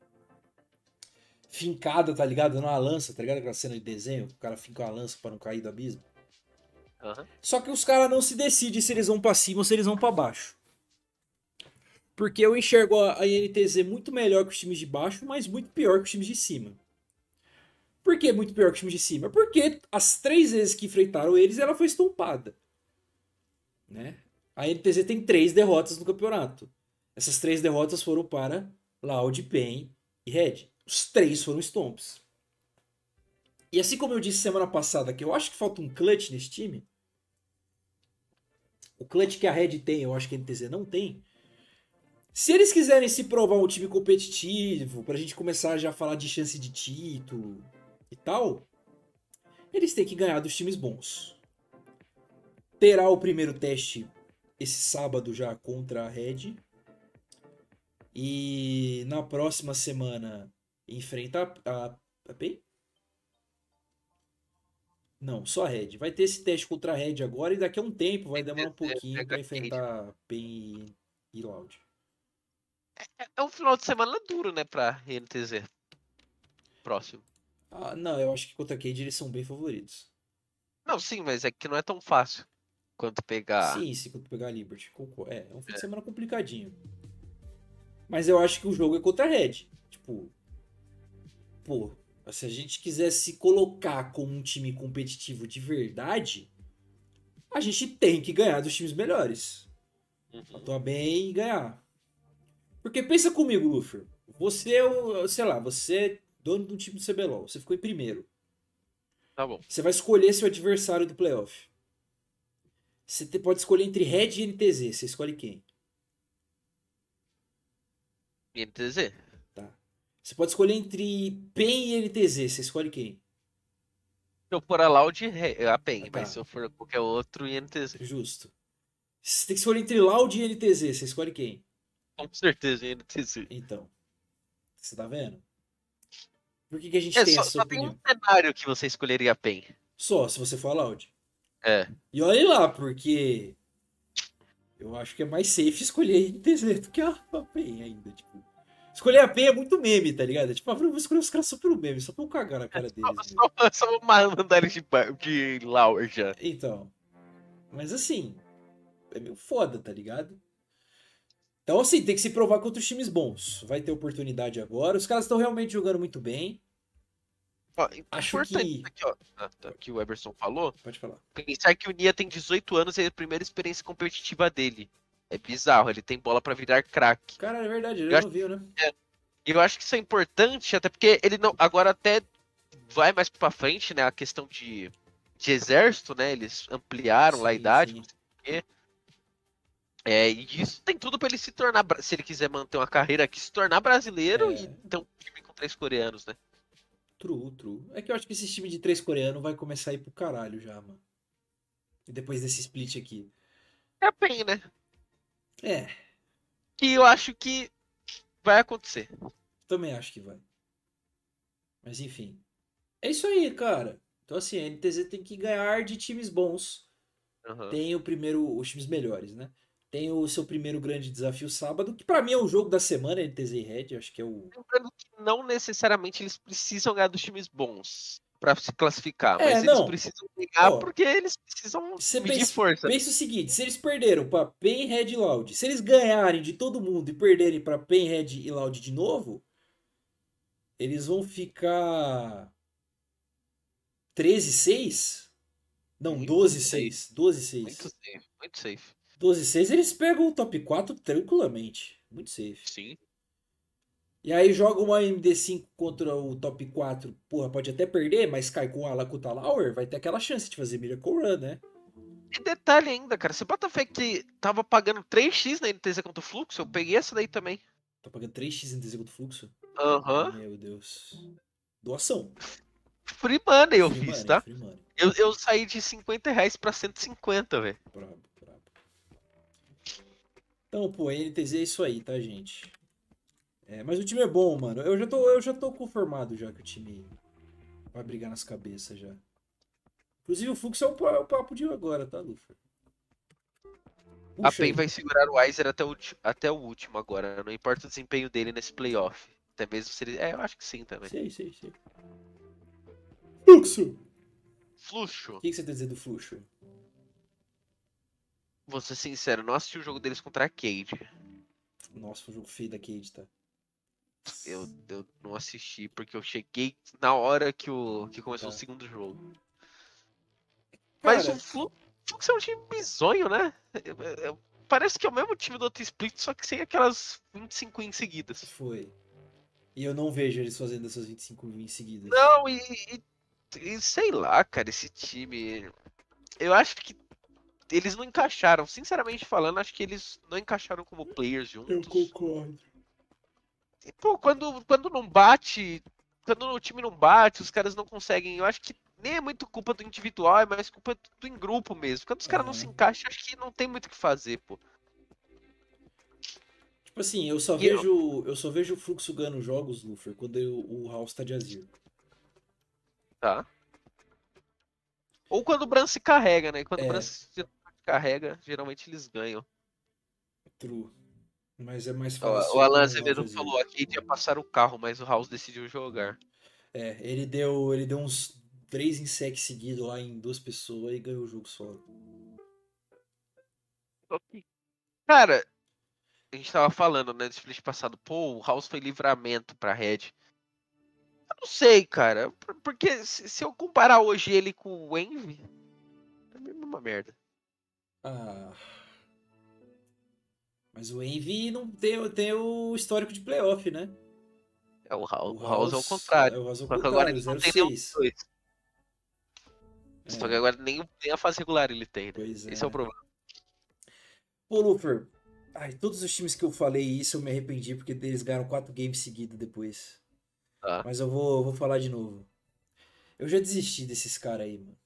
Fincada, tá ligado? Numa lança, tá ligado? Aquela cena de desenho, o cara finca uma lança pra não cair do abismo. Aham. Só que os caras não se decidem se eles vão pra cima ou se eles vão pra baixo. Porque eu enxergo a N T Z muito melhor que os times de baixo, mas muito pior que os times de cima. Por que muito pior que os times de cima? Porque as três vezes que enfrentaram eles, ela foi estompada. Né? A N T Z tem três derrotas no campeonato. Essas três derrotas foram para Loud, Pain e Red. Os três foram stomps. E assim como eu disse semana passada que eu acho que falta um clutch nesse time, o clutch que a Red tem, eu acho que a N T Z não tem. Se eles quiserem se provar um time competitivo, pra gente começar já a falar de chance de título e tal, eles têm que ganhar dos times bons. Terá o primeiro teste esse sábado já contra a Red. E na próxima semana enfrenta a, a, a Pain? Não, só a Red. Vai ter esse teste contra a Red agora e daqui a um tempo vai demorar um pouquinho pra enfrentar Pain e Loud. É um final de semana duro, né, pra N T Z. Próximo. Ah, não, eu acho que contra a Cade eles são bem favoritos. Não, sim, mas é que não é tão fácil quanto pegar. Sim, se pegar a Liberty. concordo. É, é um fim de semana complicadinho. Mas eu acho que o jogo é contra a Red. Tipo, pô, se a gente quiser se colocar como um time competitivo de verdade, a gente tem que ganhar dos times melhores. Uhum. Atuar bem e ganhar. Porque pensa comigo, Luffy. Você é o, sei lá, você é dono do time do C B L O L. Você ficou em primeiro. Tá bom. Você vai escolher seu adversário do playoff. Você te- pode escolher entre Red e N T Z. Você escolhe quem? N T Z. Tá. Você pode escolher entre Pain e N T Z. Você escolhe quem? Se eu for a Loud, a PEN, Ah, tá. mas se eu for qualquer outro, N T Z. Justo. Você tem que escolher entre Loud e N T Z. Você escolhe quem? Com certeza, N T Z. Então. Você tá vendo? Por que, que a gente É, tem só, essa só tem opinião? um cenário que você escolheria a PEN. Só, se você for a Loud. É. E olha lá, porque eu acho que é mais safe escolher a N T Z do que a Pain ainda, tipo. Escolher a Pain é muito meme, tá ligado? Tipo, ah, eu vou escolher os caras só pelo meme, só pra eu cagar na cara deles. Só, mesmo. só, só mandar eles de, ba- de Lauer já. Então. Mas assim, é meio foda, tá ligado? Então, assim, tem que se provar contra os times bons. Vai ter oportunidade agora. Os caras estão realmente jogando muito bem. Ó, Acho importante que- aqui, ó, ah, tá, que o Eberson falou, Pode falar. pensar que o Nia tem dezoito anos e é a primeira experiência competitiva dele. É bizarro, ele tem bola pra virar craque. Cara, é verdade, ele Eu não viu, né? E eu acho que isso é importante, até porque ele não. Agora até vai mais pra frente, né? A questão de, de exército, né? Eles ampliaram lá a Sim, idade, sim. não sei o quê. É, e isso tem tudo pra ele se tornar. bra- Se ele quiser manter uma carreira aqui, se tornar brasileiro É. e ter um time com três coreanos, né? True, true. É que eu acho que esse time de três coreano vai começar a ir pro caralho já, mano. E depois desse split aqui. É bem, né? É, Que eu acho que vai acontecer. também acho que vai. Mas enfim. É isso aí, cara. Então assim, a N T Z tem que ganhar de times bons. Aham. Tem o primeiro, os times melhores, né? Tem o seu primeiro grande desafio sábado, que pra mim é o jogo da semana, N T Z e Red, acho que é o... Lembrando que não necessariamente eles precisam ganhar dos times bons pra se classificar, É, mas eles não. precisam ganhar Ó, porque eles precisam Você medir pensa, força. pensa o seguinte, se eles perderam pra Pain, Red e Loud, se eles ganharem de todo mundo e perderem pra Pain, Red e Loud de novo, eles vão ficar treze a seis Não, Muito doze safe. seis. doze Muito seis. safe, muito safe. doze seis eles pegam o top quatro tranquilamente. Muito safe. Sim. E aí joga uma M D cinco contra o top quatro. Porra, pode até perder, mas cai com a Lakuta Lauer, vai ter aquela chance de fazer Miracle Run, né? E detalhe ainda, cara, você bota fé que tava pagando três x na N T Z contra o Fluxo, eu peguei essa daí também. Tá pagando três x em desenho do fluxo? Aham. Meu Deus. Doação. Free money eu Free fiz, money, tá? free money. Eu, eu saí de cinquenta reais pra cento e cinquenta, velho. Brabo, brabo. Então, pô, a N T Z é isso aí, tá, gente? É, mas o time é bom, mano. Eu já tô, eu já tô conformado já que o time vai brigar nas cabeças já. Inclusive o fluxo é o, pa- o papo de agora, tá, Luffy? A Puxa PEN aí. vai segurar o Weiser até o, ulti- até o último agora, não importa o desempenho dele nesse playoff. Até mesmo se ele. É, eu acho que sim também. Sei, sei, sei. Fluxo! Fluxo, O que, que você tem a dizer do fluxo? vou ser sincero, não assisti o jogo deles contra a Cade. Nossa, foi um jogo feio da Cade, tá? Eu, eu não assisti porque eu cheguei na hora que, o, que começou Tá. o segundo jogo. Mas o Cara, Flu- Fluxo é um time bizonho, né? É- é- Parece que é o mesmo time do outro split, só que sem aquelas vinte e cinco wins seguidas. foi. E eu não vejo eles fazendo essas vinte e cinco wins seguidas. Não, e, e- e sei lá, cara, esse time. Eu acho que eles não encaixaram. Sinceramente falando, acho que eles não encaixaram como players Eu juntos. concordo. E, pô, quando, quando não bate. Quando o time não bate, os caras não conseguem. Eu acho que nem é muito culpa do individual, é mais culpa do em grupo mesmo. Quando os caras não se Aham. encaixam, acho que não tem muito o que fazer, pô. Tipo assim, eu só E eu- vejo. Eu só vejo o fluxo ganhando jogos, Luffy, quando eu- o House tá de Azir. Tá. Ou quando o Bran se carrega, né? Quando o Bran É, se carrega, geralmente eles ganham. true. Mas é mais Ó, o fácil com Alan o House de Azevedo Azir. falou aqui que ia passar o carro, mas o House decidiu jogar. É, ele deu, ele deu uns três em sec seguidos lá em duas pessoas e ganhou o jogo solo. Cara, a gente tava falando, né, do split passado, pô, o House foi livramento pra Red. Eu não sei, cara, por- porque se se eu comparar hoje ele com o Envy, é a mesma merda. Ah. Mas o Envy não tem, tem o histórico de playoff, né? É, o House, O o House é o House é contrário. o House ao Só que agora contrário, ele não zero tem nenhum dos seis. dois. Só que É, agora nem, nem a fase regular ele tem, né? pois Esse é o é. problema. Pô, Lufer, ai, todos os times que eu falei isso eu me arrependi porque eles ganharam quatro games seguidos depois. Tá? Mas eu vou, vou falar de novo. Eu já desisti desses caras aí, mano.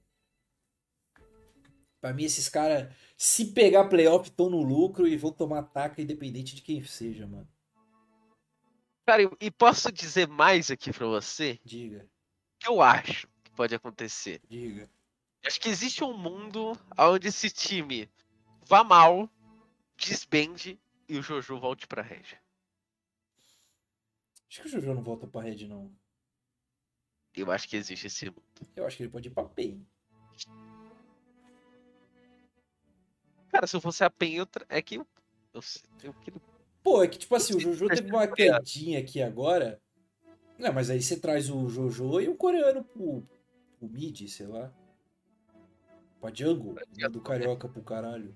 Pra mim, esses caras, se pegar playoff, estão no lucro e vão tomar ataque independente de quem seja, mano. Cara, e, e posso dizer mais aqui pra você? O Diga, que eu acho que pode acontecer? diga. Acho que existe um mundo onde esse time vá mal, desbande e o Jojo volte pra Red. Acho que o Jojo não volta pra Red, não. Eu acho que existe esse mundo. Eu acho que ele pode ir pra PEN. Cara, se eu fosse a PEN, eu tra... é que eu, eu, sei- eu queria... Pô, é que tipo assim, o Não sei Jojo se teve uma é. quedinha aqui agora. Não, mas aí você traz o Jojo e o coreano pro, pro mid, sei lá. Pra jungle, do carioca pro caralho.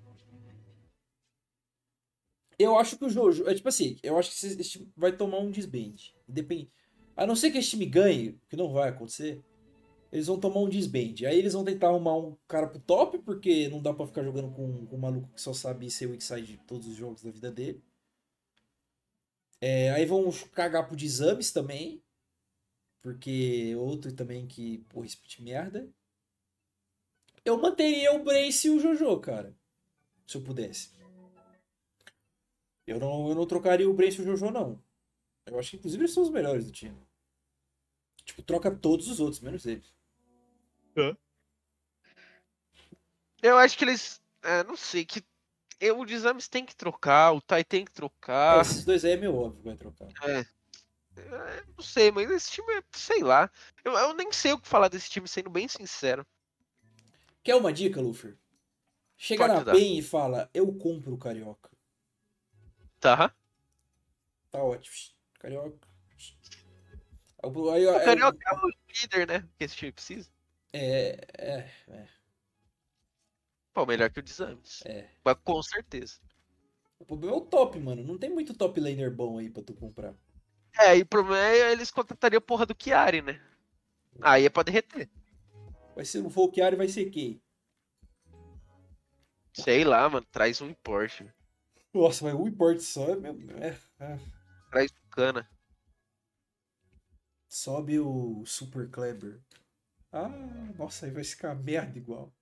Eu acho que o Jojo. É tipo assim, eu acho que esse, esse time vai tomar um desband. Independente. A não ser que esse time ganhe, que não vai acontecer, eles vão tomar um desband. Aí eles vão tentar arrumar um cara pro top, porque não dá pra ficar jogando com, com um maluco que só sabe ser o X-Side de todos os jogos da vida dele. É, aí vão cagar pro Desames também. Porque outro também que, porra, split merda. Eu manteria o Brace e o Jojo, cara. Se eu pudesse. Eu não, eu não trocaria o Brace e o Jojo, não. Eu acho que inclusive eles são os melhores do time. Tipo, troca todos os outros, menos eles. Eu acho que eles... É, não sei, que eu, o Desames tem que trocar, o Tai tem que É, trocar. esses dois aí é meio óbvio que vai trocar. É, é, não sei, mas esse time, é- sei lá. Eu, eu nem sei o que falar desse time, sendo bem sincero. Quer uma dica, Luffy? Chega Pode na dar. PEN e fala, eu compro o Carioca. Tá? Tá ótimo. Carioca. Aí, aí, O aí, Carioca é o líder, né? Que esse time precisa. é, é, é. Pô, melhor que o de exames. É. Mas com certeza. O problema é o top, mano. Não tem muito top laner bom aí pra tu comprar. É, e o problema é eles contratariam a porra do Chiari, né? Aí é pra derreter. Mas se não for o Chiari, vai ser quem? Sei lá, mano. Traz um import. Nossa, mas um import só é mesmo. É, é. Traz um cana. Sobe o Super Kleber. Ah, nossa, aí vai ficar merda igual.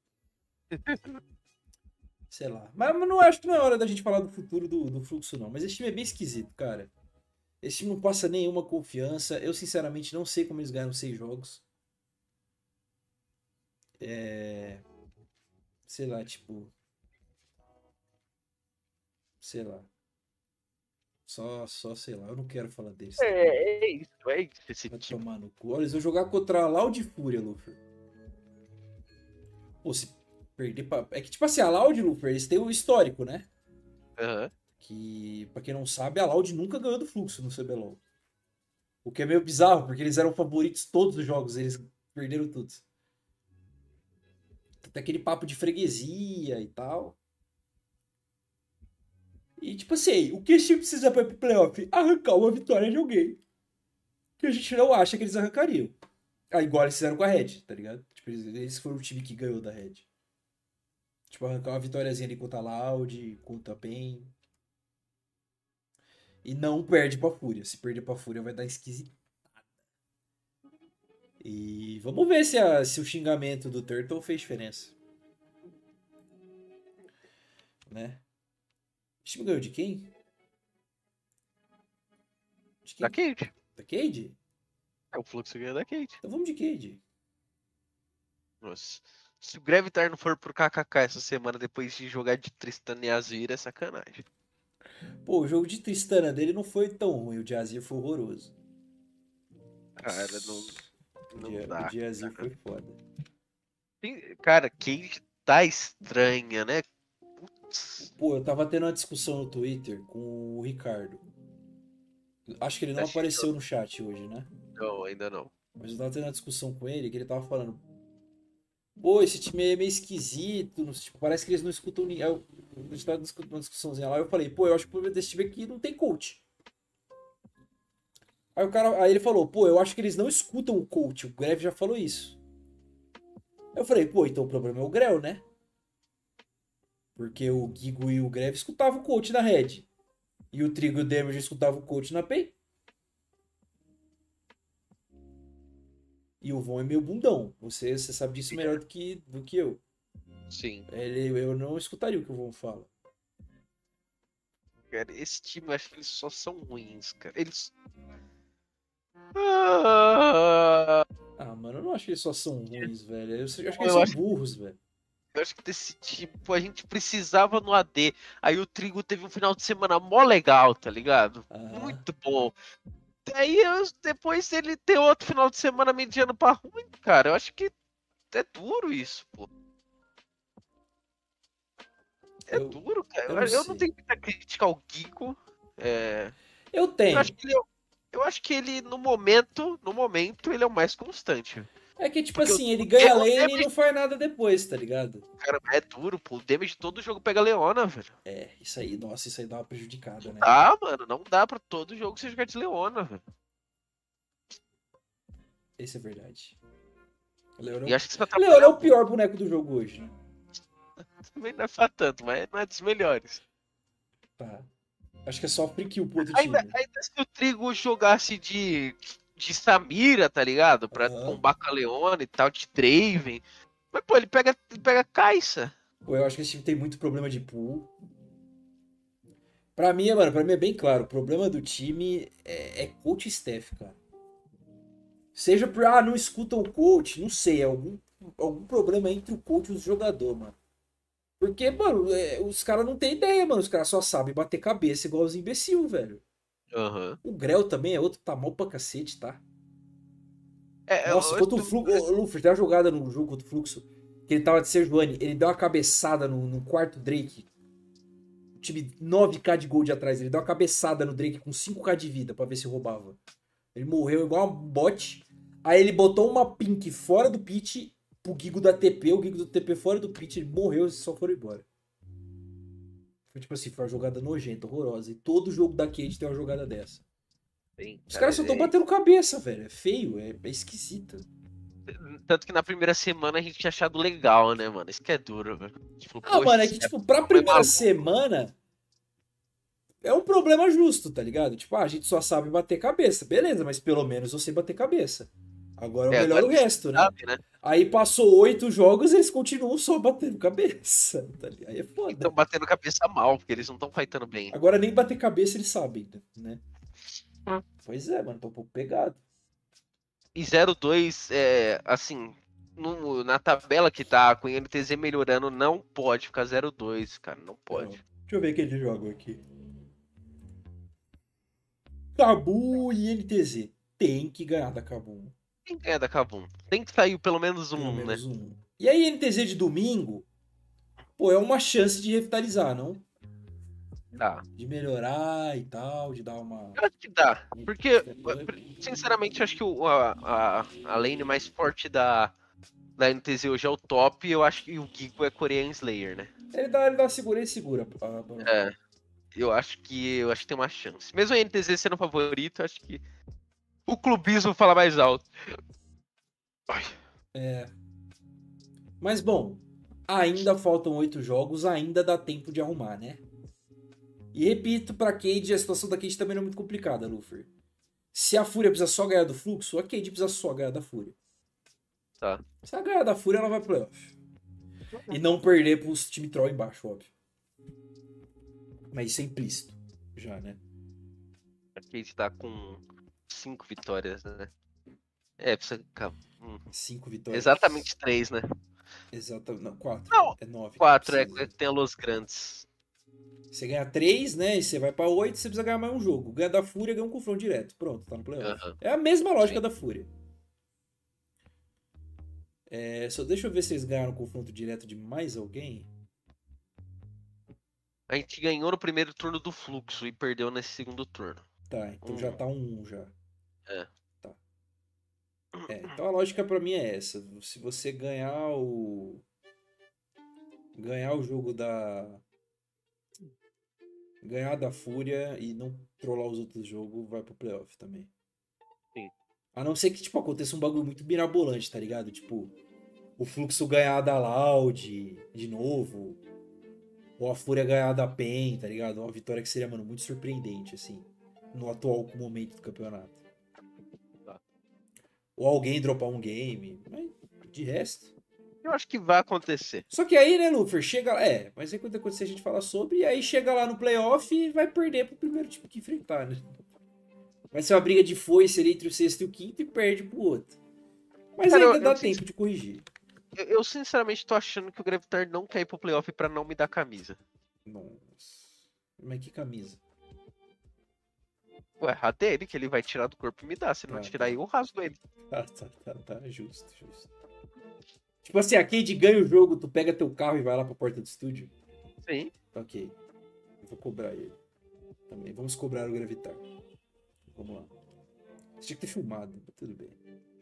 Sei lá. Mas, mas não acho que não é hora da gente falar do futuro do, do fluxo, não. Mas esse time é bem esquisito, cara. Esse time não passa nenhuma confiança. Eu, sinceramente, não sei como eles ganharam seis jogos. É... Sei lá, tipo... Sei lá. Só, só, sei lá. Eu não quero falar deles. É, é isso, é isso. Esse Vai time. tomar no cu. Olha, eles vão jogar contra a Loud Fúria, Luffy. Pô, se perder pra... É que, tipo assim, a Loud, Luffy, eles têm o histórico, né? Aham. Que, pra quem não sabe, a Loud nunca ganhou do Fluxo no C B L O L. O que é meio bizarro, porque eles eram favoritos todos os jogos, eles perderam todos. Tem aquele papo de freguesia e tal. E, tipo assim, o que esse time precisa pra ir pro playoff? Arrancar uma vitória de alguém. Que a gente não acha que eles arrancariam. Ah, igual eles fizeram com a Red, tá ligado? Tipo, eles, eles foram o time que ganhou da Red. Tipo, arrancar uma vitóriazinha ali contra a Loud, contra a PEN. E não perde pra Fúria. Se perder pra Fúria vai dar esquisito. E vamos ver se, a, se o xingamento do Turtle fez diferença. Né? O time ganhou de quem? De quem? Da Cade. Da Cade? É, o fluxo ganha da Cade. Então vamos de Cade. Nossa. Se o Gravitar não for pro K K K essa semana depois de jogar de Tristana e Azir, é sacanagem. Pô, o jogo de Tristana dele não foi tão ruim. O de Azir foi horroroso. Cara, não, O não de, dá. o de Azir foi foda. Tem- Cara, Cade tá estranha, né? Putz. Pô, eu tava tendo uma discussão no Twitter com o Ricardo. Acho que ele não Tá apareceu no chat hoje, né? Não, ainda não. Mas eu tava tendo uma discussão com ele que ele tava falando. Pô, esse time aí é meio esquisito. não- Tipo, parece que eles não escutam ninguém. Aí eu- A gente tava discutindo uma discussãozinha lá. Eu falei, pô, eu acho que o problema desse time aqui não tem coach. Aí o cara. Aí ele falou, pô, eu acho que eles não escutam o coach. O Greve já falou isso. Aí eu falei, pô, então o problema é o Grell, né? Porque o Gigo e o Greve escutavam o coach na Red. E o Trigo e o Damage escutavam o coach na PEN. E o Von é meio bundão. Você, você sabe disso melhor do que, do que eu. Sim. Ele, eu não escutaria o que o Von fala. Cara, esse time eu acho que eles só são ruins, cara. Eles. Ah, Ah, mano, eu não acho que eles só são ruins, velho. Eu acho que eles Eu são acho- burros, velho. eu acho que desse tipo a gente precisava no A D. Aí o Trigo teve um final de semana mó legal, tá ligado? Ah, Muito bom. Aí eu- depois ele ter outro final de semana mediano pra ruim, cara. Eu acho que é duro isso, pô. É Eu- duro, cara. eu Eu, não eu não sei. tenho muita crítica ao Gigo. É, eu eu tenho. acho que ele, é- eu acho que ele, no momento, no momento, ele é o mais constante. É que, tipo Porque assim, o- ele ganha o lane e damage- não faz nada depois, tá ligado? Cara, é duro, pô. O damage de todo jogo pega a Leona, velho. É, isso aí, nossa, isso aí dá uma prejudicada, né? Ah, mano, não dá pra todo jogo você jogar de Leona, velho. Esse é verdade. O Leon E acho que você tá Leon é o pior boneco do jogo hoje, né? também não é pra tanto, mas não é dos melhores. Tá. Acho que é só free kill pro outro Ainda, time. ainda se o Trigo jogasse de, de Samira, tá ligado? Pra Aham. combar com a Leona e tal, de Draven. Mas, pô, ele pega, ele pega Caixa. Pô, eu acho que esse time tem muito problema de pool. Pra mim, mano, pra mim é bem claro. O problema do time é, é coach e staff, cara. Seja por, ah, não escutam o coach, não sei, é algum, algum problema entre o coach e o jogador, mano. Porque, mano, é, os caras não têm ideia, mano. Os caras só sabem bater cabeça igual os imbecil, velho. Aham. O Grell também é outro, tá mal pra cacete, tá? É, Nossa, eu- contra o eu- Fluxo. Ô, Luffy, tem uma jogada no jogo contra o Fluxo. Que ele tava de Sejuani. Ele deu uma cabeçada no, no quarto Drake. O time nove k de gold atrás. Ele deu uma cabeçada no Drake com cinco k de vida pra ver se roubava. Ele morreu igual um bot. Aí ele botou uma pink fora do pit, pro Gigo da T P, o Gigo do T P fora do pitch, ele morreu e só foram embora. Foi tipo assim, foi uma jogada nojenta, horrorosa. E todo jogo da Cade tem uma jogada dessa. Bem, Os cara, caras só estão é- batendo cabeça, velho. É feio, é, é esquisito. Tanto que na primeira semana a gente tinha achado legal, né, mano? Isso que é duro, velho. Tipo, Ah, poxa, mano, é esse que, cara tipo, pra foi primeira maluco. semana é um problema justo, tá ligado? Tipo, ah, a gente só sabe bater cabeça. Beleza, mas pelo menos eu sei bater cabeça. Agora é É, o melhor agora o eles resto, né? sabem, né? Aí passou oito jogos e eles continuam só batendo cabeça. Tá ligado? Aí é E foda. estão batendo cabeça mal, porque eles não estão fightando bem. Agora nem bater cabeça eles sabem, né? Hum. Pois é, mano, tô um pouco pegado. E zero dois, é, assim, no- na tabela que tá, com o N T Z melhorando, não pode ficar zero dois, cara, não Não, pode. deixa eu ver quem eles jogam aqui. Cabu e N T Z. Tem que ganhar da Cabu. Quem ganha da Kabum? Tem que sair pelo menos um, Pelo né? menos um. E aí, N T Z de domingo, pô, é uma chance de revitalizar, não? Dá. De melhorar e tal, de dar uma. Eu acho que dá. Porque, sinceramente, eu acho que o- a, a, a lane mais forte da, da N T Z hoje é o top. E eu acho que o Gigo é Korean Slayer, né? Ele dá, ele dá segura e segura. a- a- É. Eu acho que eu acho que tem uma chance. Mesmo a N T Z sendo o favorito, eu acho que o clubismo fala mais alto. Ai. Mas bom, ainda faltam oito jogos, ainda dá tempo de arrumar, né? E repito, pra Cade, a situação da Cade também não é muito complicada, Luffy. Se a Fúria precisa só ganhar do fluxo, a Cade precisa só ganhar da Fúria. Tá. Se ela ganhar da Fúria, ela vai pro playoff. E não perder pros time troll embaixo, óbvio. Mas isso é implícito, já, né? A Cade tá com cinco vitórias, né? É, precisa. Calma. Hum. Cinco vitórias. Exatamente três, né? Exatamente. Não, quatro. Não, É nove. que Quatro, é precisa. que tem a Los Grandes. Você ganha três, né? E você vai pra oito, você precisa ganhar mais um jogo. Ganha da Fúria, ganha um confronto direto. Pronto, tá no playoff. Aham. É a mesma lógica Sim. da Fúria. É, só deixa eu ver se eles ganharam confronto direto de mais alguém. A gente ganhou no primeiro turno do fluxo e perdeu nesse segundo turno. Tá, então Hum. já tá um um já. É. Tá. É, então a lógica pra mim é essa. Se você ganhar o. Ganhar o jogo da. Ganhar da Fúria e não trollar os outros jogos, vai pro playoff também. Sim. A não ser que, tipo, aconteça um bagulho muito mirabolante, tá ligado? Tipo, o Fluxo ganhar da Loud de novo. Ou a Fúria ganhar da Pen, tá ligado? Uma vitória que seria, mano, muito surpreendente, assim. No atual momento do campeonato. Tá. Ou alguém dropar um game. Mas, de resto. Eu acho que vai acontecer. Só que aí, né, Luffy, chega. É, mas aí quando acontecer a gente fala sobre. E aí chega lá no playoff e vai perder pro primeiro time que enfrentar, né? Vai ser uma briga de foice ali entre o sexto e o quinto e perde pro outro. Mas Cara, ainda eu- dá eu tempo sincer- de corrigir. Eu, eu sinceramente tô achando que o Gravitar não quer ir pro playoff pra não me dar camisa. Nossa. Mas que camisa. Ué, a dele, que ele vai tirar do corpo e me dá. Se não Tá, tirar, tá. eu rasgo ele. Tá, tá, tá, tá. Justo, justo. Tipo assim, a Cade ganha o jogo, tu pega teu carro e vai lá pra porta do estúdio. Sim. Ok. Eu vou cobrar ele. Também. Vamos cobrar o Gravitar. Vamos lá. Você tinha que ter filmado, mas tudo bem.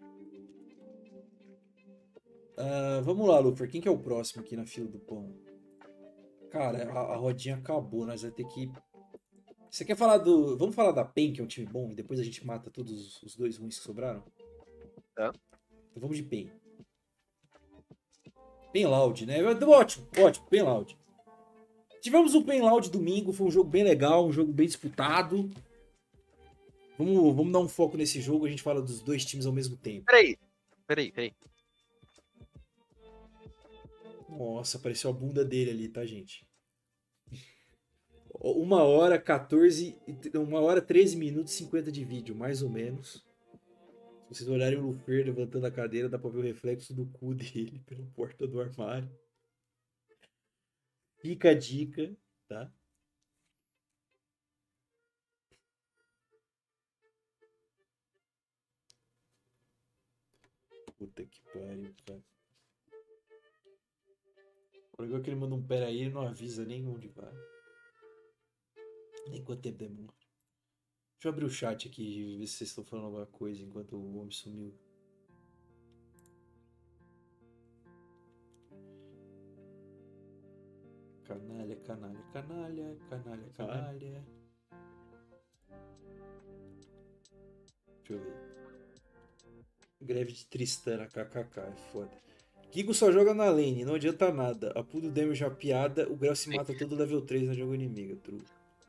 Ah, vamos lá, Lufer. Quem que é o próximo aqui na fila do pão? Cara, a, a rodinha acabou. Nós vamos ter que. Você quer falar do. Vamos falar da Pen, que é um time bom, e depois a gente mata todos os dois ruins que sobraram? Tá. Então vamos de Pen. Pen Loud, né? Ótimo, ótimo, Pen Loud. Tivemos um Pen Loud domingo, foi um jogo bem legal, um jogo bem disputado. Vamos, vamos dar um foco nesse jogo, a gente fala dos dois times ao mesmo tempo. Peraí. Peraí, peraí. Nossa, apareceu a bunda dele ali, tá, gente? Uma hora, quatorze, uma hora, treze minutos e cinquenta de vídeo, mais ou menos. Se vocês olharem o Lufer levantando a cadeira, dá pra ver o reflexo do cu dele pela porta do armário. Fica a dica, tá? Puta que pariu, cara. O legal é que ele manda um pera aí e não avisa nem onde vai. Nem quanto tempo demora. Deixa eu abrir o chat aqui e ver se vocês estão falando alguma coisa enquanto o homem sumiu. Canalha, canalha, canalha, canalha, canalha. Deixa eu ver. Greve de Tristana, kkk, é foda. Gigo só joga na lane, não adianta nada. A pull do damage é uma piada, o Grell se mata todo level três no jogo inimigo, true.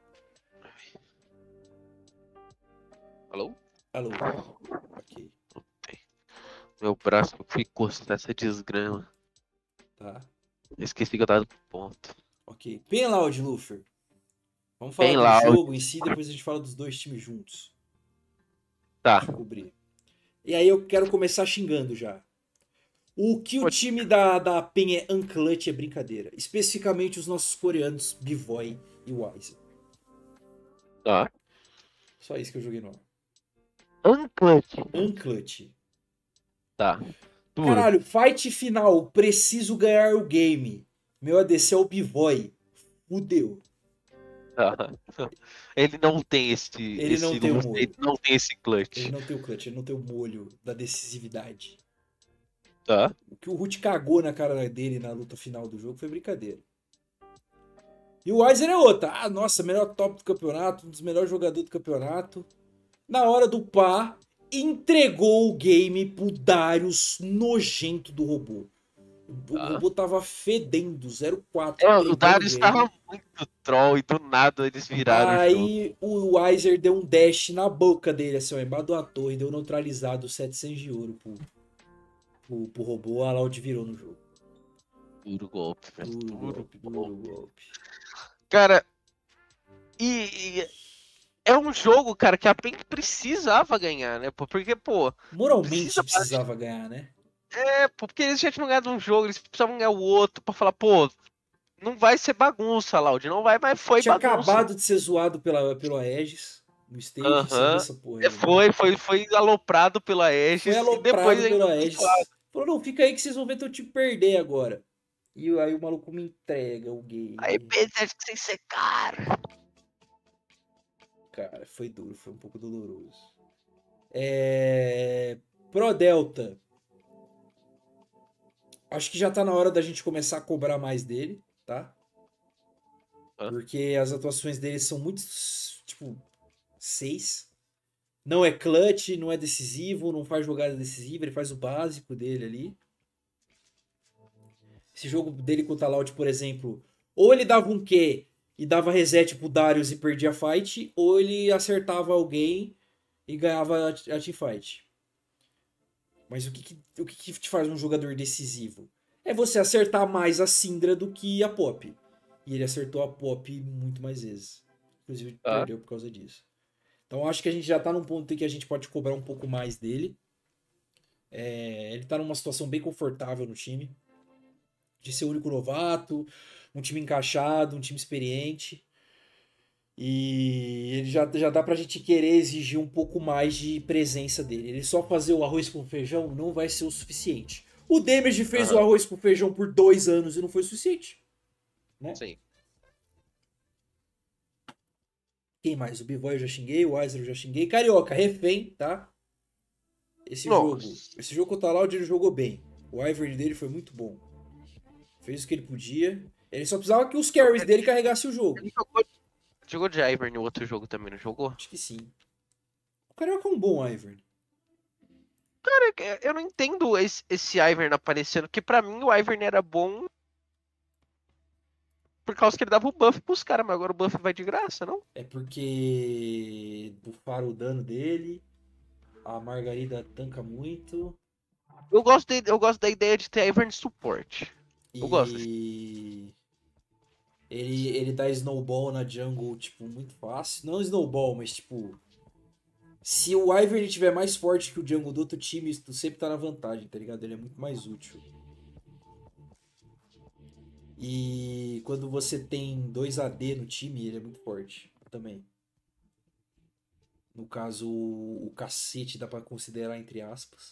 Alô? Alô? Ok, Meu braço ficou essa desgrama. tá. Eu esqueci que eu tava no ponto. Ok. Pen Loud, Luffy. Vamos falar Pen do Loud. jogo em si, depois a gente fala dos dois times juntos. Tá. Deixa eu cobrir. E aí eu quero começar xingando já. O que o Pode. time da, da Pen é unclutch é brincadeira. Especificamente os nossos coreanos, Bivoy e Wise. Tá. Só isso que eu joguei no ar. Unclutch. Unclutch. Tá. Duro. Caralho, fight final. Preciso ganhar o game. Meu A D C é o Bivoy. Fudeu. Tá. Ele não tem esse. Ele esse não tem o luta, molho. ele não tem esse clutch. Ele não tem o clutch, ele não tem o molho da decisividade. Tá. O que o Root cagou na cara dele na luta final do jogo foi brincadeira. E o Weiser é outra. Ah, nossa, melhor top do campeonato, um dos melhores jogadores do campeonato. Na hora do pá, entregou o game pro Darius nojento do robô. O Ah. robô tava fedendo, zero quatro. É, entregou o Darius game. tava muito troll e do nada eles viraram o jogo. Aí o Weiser deu um dash na boca dele, assim, ó, embaixo de uma torre, deu neutralizado setecentos de ouro pro, pro, pro robô. A Loud virou no jogo. Duro golpe, velho. Duro Duro golpe, duro golpe. Cara, e, e é um jogo, cara, que a PEN precisava ganhar, né? pô? Porque, pô, Moralmente Precisa- precisava ganhar, né? é, pô, porque eles já tinham ganhado um jogo, eles precisavam ganhar o outro pra falar, pô, não vai ser bagunça, Loud, não vai, mas foi Tinha bagunça. acabado de ser zoado pela, pelo Aegis no stage, Aham. você viu essa porra É, aí, né? Foi, foi, foi aloprado pela Aegis Foi e aloprado depois ainda pelo foi Aegis. zoado. Falou, não, fica aí que vocês vão ver teu time perder agora. E aí o maluco me entrega o game. Aí pensa que sem secar. Cara, foi duro, foi um pouco doloroso. É... Pro Delta. Acho que já tá na hora da gente começar a cobrar mais dele, tá? Hã? Porque as atuações dele são muito, tipo, seis. Não é clutch, não é decisivo, não faz jogada decisiva, ele faz o básico dele ali. Esse jogo dele com o Loud, por exemplo, ou ele dava um Q e dava reset pro Darius e perdia a fight, ou ele acertava alguém e ganhava a teamfight. Mas o que, que, o que, que te faz um jogador decisivo? É você acertar mais a Syndra do que a Pop. E ele acertou a Pop muito mais vezes. Inclusive Ah. perdeu por causa disso. Então acho que a gente já tá num ponto em que a gente pode cobrar um pouco mais dele. É, ele tá numa situação bem confortável no time. De ser o único novato, um time encaixado, um time experiente. E ele já, já dá pra gente querer exigir um pouco mais de presença dele. Ele só fazer o arroz com feijão não vai ser o suficiente. O Damage fez Aham. o arroz com feijão por dois anos e não foi o suficiente. Né? Sim. Quem mais? O B-Boy eu já xinguei, o Weiser eu já xinguei. Carioca, refém, tá? Esse Nossa. jogo. Esse jogo contra o Loud ele jogou bem. O Ivory dele foi muito bom. Fez o que ele podia. Ele só precisava que os carries dele carregassem o jogo. Ele jogou, jogou de Ivern no outro jogo também, não jogou? Acho que sim. O Carioca é um bom Ivory. Cara, eu não entendo esse, esse Ivern aparecendo, porque pra mim o Ivern era bom por causa que ele dava o buff pros caras, mas agora o buff vai de graça, não? É porque bufaram o dano dele. A Margarida tanca muito. Eu gosto, de, eu gosto da ideia de ter Ivern suporte. Eu E gosto ele, ele dá snowball na jungle, tipo, muito fácil. Não snowball, mas tipo. Se o Ivern ele tiver mais forte que o jungle do outro time, tu sempre tá na vantagem, tá ligado? Ele é muito mais útil. E quando você tem dois A D no time, ele é muito forte também. No caso, o cacete dá pra considerar entre aspas.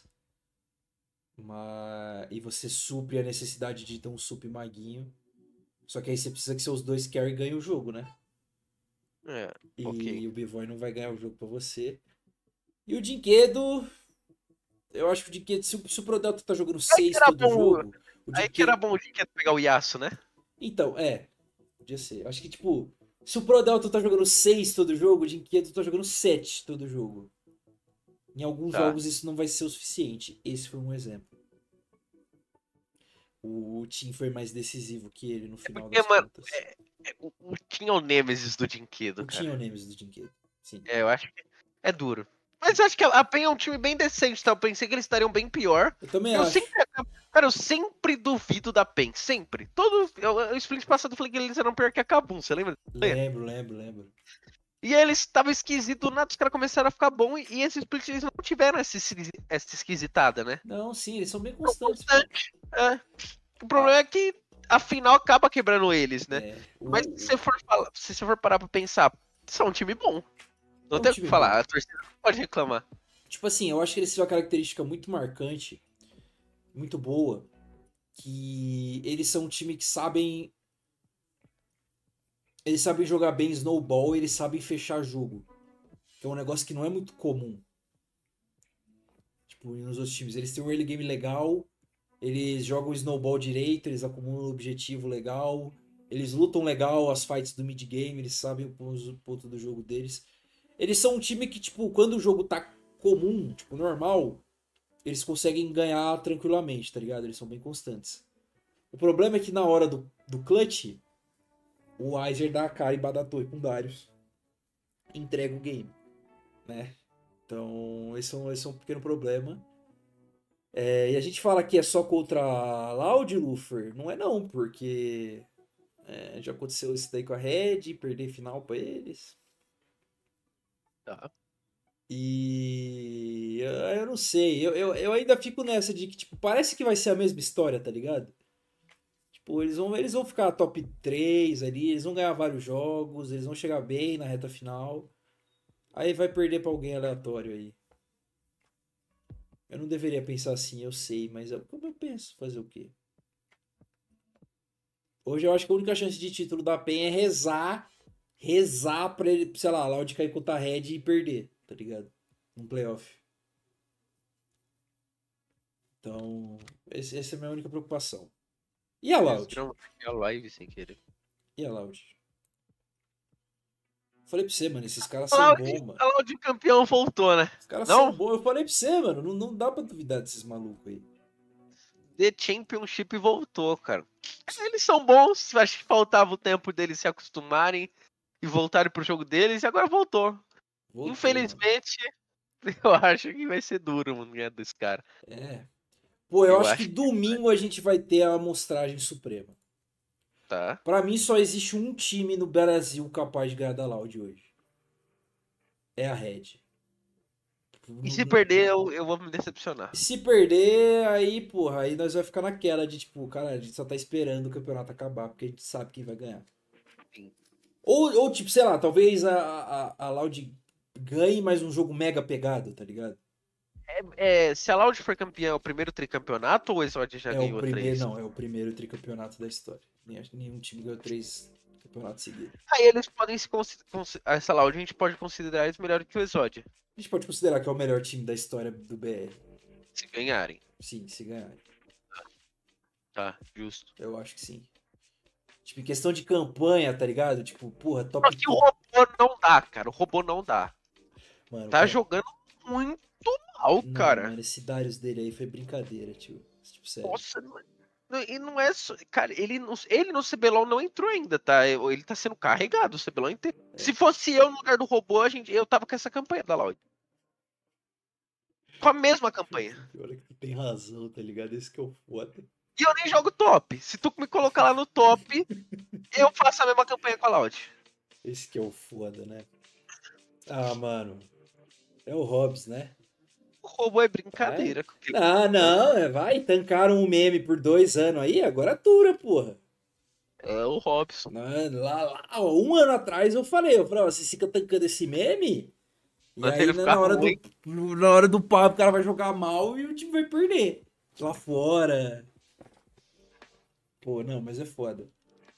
Mas... E você supre a necessidade de ter um sup maguinho. Só que aí você precisa que seus dois carry ganhem o jogo, né? É, E ok. o B-Boy não vai ganhar o jogo pra você. E o Dinquedo... Eu acho que o Dinquedo, se o, se o Prodelta tá jogando seis era todo bom, jogo... O Aí que Dinquedo... era bom o Dinquedo pegar o Yasuo, né? Então, é. Podia ser. Acho que, tipo, se o Pro Delta tá jogando seis todo jogo, o Jinquedo tá jogando sete todo jogo. Em alguns Tá. jogos isso não vai ser o suficiente. Esse foi um exemplo. O Tim foi mais decisivo que ele no final porque, das mano, contas. É, O, o Tim é o Nemesis do Jinquedo, O cara. Tim é o Nemesis do Jinquedo. Sim. É, eu acho que é duro. Mas eu acho que a PEN é um time bem decente, tá? Eu pensei que eles estariam bem pior. Eu também Eu acho. sempre, cara, eu sempre duvido da PEN, sempre. Todo, eu, o split passado eu falei que eles eram pior que a Kabum, você lembra? Lembro, lembro, lembro. E aí eles estavam esquisitos, do nada os caras começaram a ficar bom e, e esses split eles não tiveram essa, esquisi- essa esquisitada, né? Não, sim, eles são bem constantes. pô. Constante. É. O problema é que a final acaba quebrando eles, né? É, o- Mas se você for, falar- se você for parar pra pensar, são um time bom. Não É um tem o que time falar, bom. a torcida não pode reclamar. Tipo assim, eu acho que eles têm uma característica muito marcante, muito boa, que eles são um time que sabem. Eles sabem jogar bem snowball e eles sabem fechar jogo. Que é um negócio que não é muito comum. Tipo, nos outros times. Eles têm um early game legal, eles jogam snowball direito, eles acumulam objetivo legal, eles lutam legal as fights do mid game, eles sabem o ponto do jogo deles. Eles são um time que, tipo, quando o jogo tá comum, tipo, normal, eles conseguem ganhar tranquilamente, tá ligado? Eles são bem constantes. O problema é que na hora do, do clutch, o Weiser dá a cara e bate a torre com o Darius. Entrega o game, né? Então, esse é um, esse é um pequeno problema. É, e a gente fala que é só contra a Loud, Lufer? Não é não, porque é, já aconteceu isso daí com a Red, perder final pra eles. Tá. E eu, eu não sei, eu, eu, eu ainda fico nessa de que, tipo, parece que vai ser a mesma história, tá ligado? Tipo, eles vão, eles vão ficar top três ali, eles vão ganhar vários jogos, eles vão chegar bem na reta final. Aí vai perder pra alguém aleatório aí. Eu não deveria pensar assim, eu sei, mas é como eu penso, fazer o quê? Hoje eu acho que a única chance de título da PEN é rezar, rezar pra ele, sei lá, Loud cair contra a Red e perder, tá ligado? Num playoff. Então, esse, essa é a minha única preocupação. E a Loud? Não, a live sem querer. E a Loud? Falei pra você, mano, esses caras A são Loud, bons, mano. a Loud campeão voltou, né? Os caras Não? são bons. Eu falei pra você, mano, não, não dá pra duvidar desses malucos aí. The Championship voltou, cara. Eles são bons, acho que faltava o tempo deles se acostumarem e voltarem pro jogo deles, e agora voltou. Voltou, mano. Infelizmente, eu acho que vai ser duro, mano, ganhar desse cara. É. Pô, eu, Eu acho, acho que domingo a gente vai ter a amostragem suprema. Tá. Pra mim só existe um time no Brasil capaz de ganhar da Loud hoje. É a Red. E se perder, eu, eu vou me decepcionar. Se perder, aí, porra, aí nós vai ficar naquela de tipo, cara, a gente só tá esperando o campeonato acabar, porque a gente sabe quem vai ganhar. Sim. Ou, ou tipo, sei lá, talvez a, a, a Loud ganhe mais um jogo mega pegado, tá ligado? É, se a Loud for campeã, é o primeiro tricampeonato ou o Exod já É o ganhou primeiro, três? não, é o primeiro tricampeonato da história. Nem, acho que nenhum time ganhou três campeonatos seguidos. Aí eles podem se considerar. Essa Loud a gente pode considerar eles melhor que o Exod, A gente pode considerar que é o melhor time da história do B R. se ganharem. Sim, se ganharem. Tá, justo. Eu acho que sim. Tipo, em questão de campanha, tá ligado? Tipo, porra, Só top que o top. robô não dá, cara. O robô não dá. Mano, Tá cara, jogando muito mal, não, cara. mano, esse Darius dele aí foi brincadeira, tio. Tipo, sério. Nossa, não é- não- e não é só. Cara, ele no, ele no C B LOL não entrou ainda, tá? Ele tá sendo carregado, o C B LOL inteiro. Se fosse eu no lugar do robô, a gente, eu tava com essa campanha da Loud. Com a mesma campanha. Pior é que tu tem razão, tá ligado? Esse que é o foda. E eu nem jogo top. Se tu me colocar lá no top, eu faço a mesma campanha com a Loud. Esse que é o foda, né? Ah, mano. É o Hobbs, né? O robô é brincadeira. Ah, não, é, vai. Tancaram o meme por dois anos aí, agora dura, porra. É o Robson. Mano, lá, lá, ó, um ano atrás eu falei, eu falei, ó, você fica tancando esse meme? E Mas aí ele na, fica na hora ruim. do, na hora do papo o cara vai jogar mal e o time vai perder. Lá fora. Pô, não, mas é foda.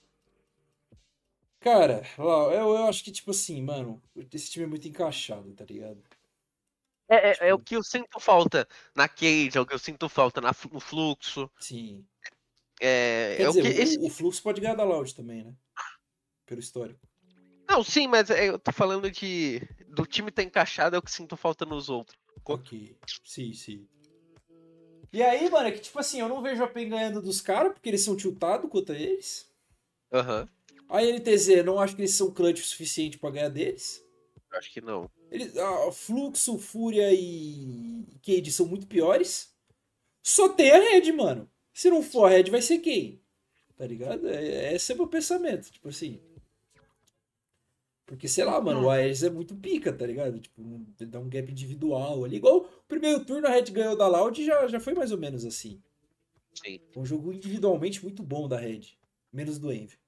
Cara, lá, eu, eu acho que, tipo assim, mano, esse time é muito encaixado, tá ligado? É, é, é Tipo- o que eu sinto falta na Cage, é o que eu sinto falta na, no fluxo. Sim. É, Quer é o dizer, que. o, Esse, o Fluxo pode ganhar da Loud também, né? pelo histórico. Não, sim, mas é, eu tô falando de. Do time tá encaixado, é o que sinto falta nos outros. Ok, sim, sim. E aí, mano, é que tipo assim, eu não vejo a PEN ganhando dos caras, porque eles são tiltados contra eles. Aham. A N T Z, não acho que eles são clutch o suficiente pra ganhar deles. Acho que não. Eles, ah, Fluxo, Fúria e Cade são muito piores. Só tem a Red, mano. Se não for a Red, vai ser quem? Tá ligado? É, esse é o meu pensamento. Tipo assim. Porque, sei lá, mano, o Ares é muito pica, tá ligado? Tipo, um- dá um gap individual ali. Igual o primeiro turno a Red ganhou da Loud e já, já foi mais ou menos assim. Sim. Foi um jogo individualmente muito bom da Red. Menos do Envy.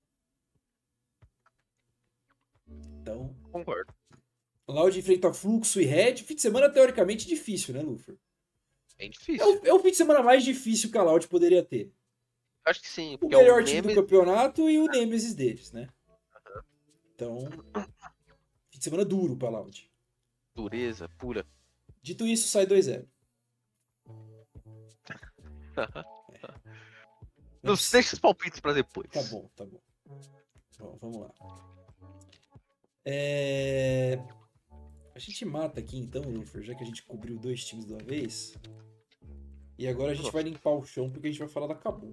Então, Concordo. Loud enfrenta Fluxo e Red. Fim de semana, teoricamente, difícil, né, Luffy? Bem É difícil. o, é o fim de semana mais difícil que a Loud poderia ter. Acho que sim. O Porque melhor é time do Nemesis- campeonato e o Nemesis deles, né? Então, fim de semana duro pra Loud. Dureza pura. Dito isso, sai dois a zero. Não, deixa os palpites pra depois. Tá bom, tá bom. Bom, vamos lá. É... A gente mata aqui então, Luffy, já que a gente cobriu dois times de uma vez. E agora a gente vai limpar o chão porque a gente vai falar da Kabum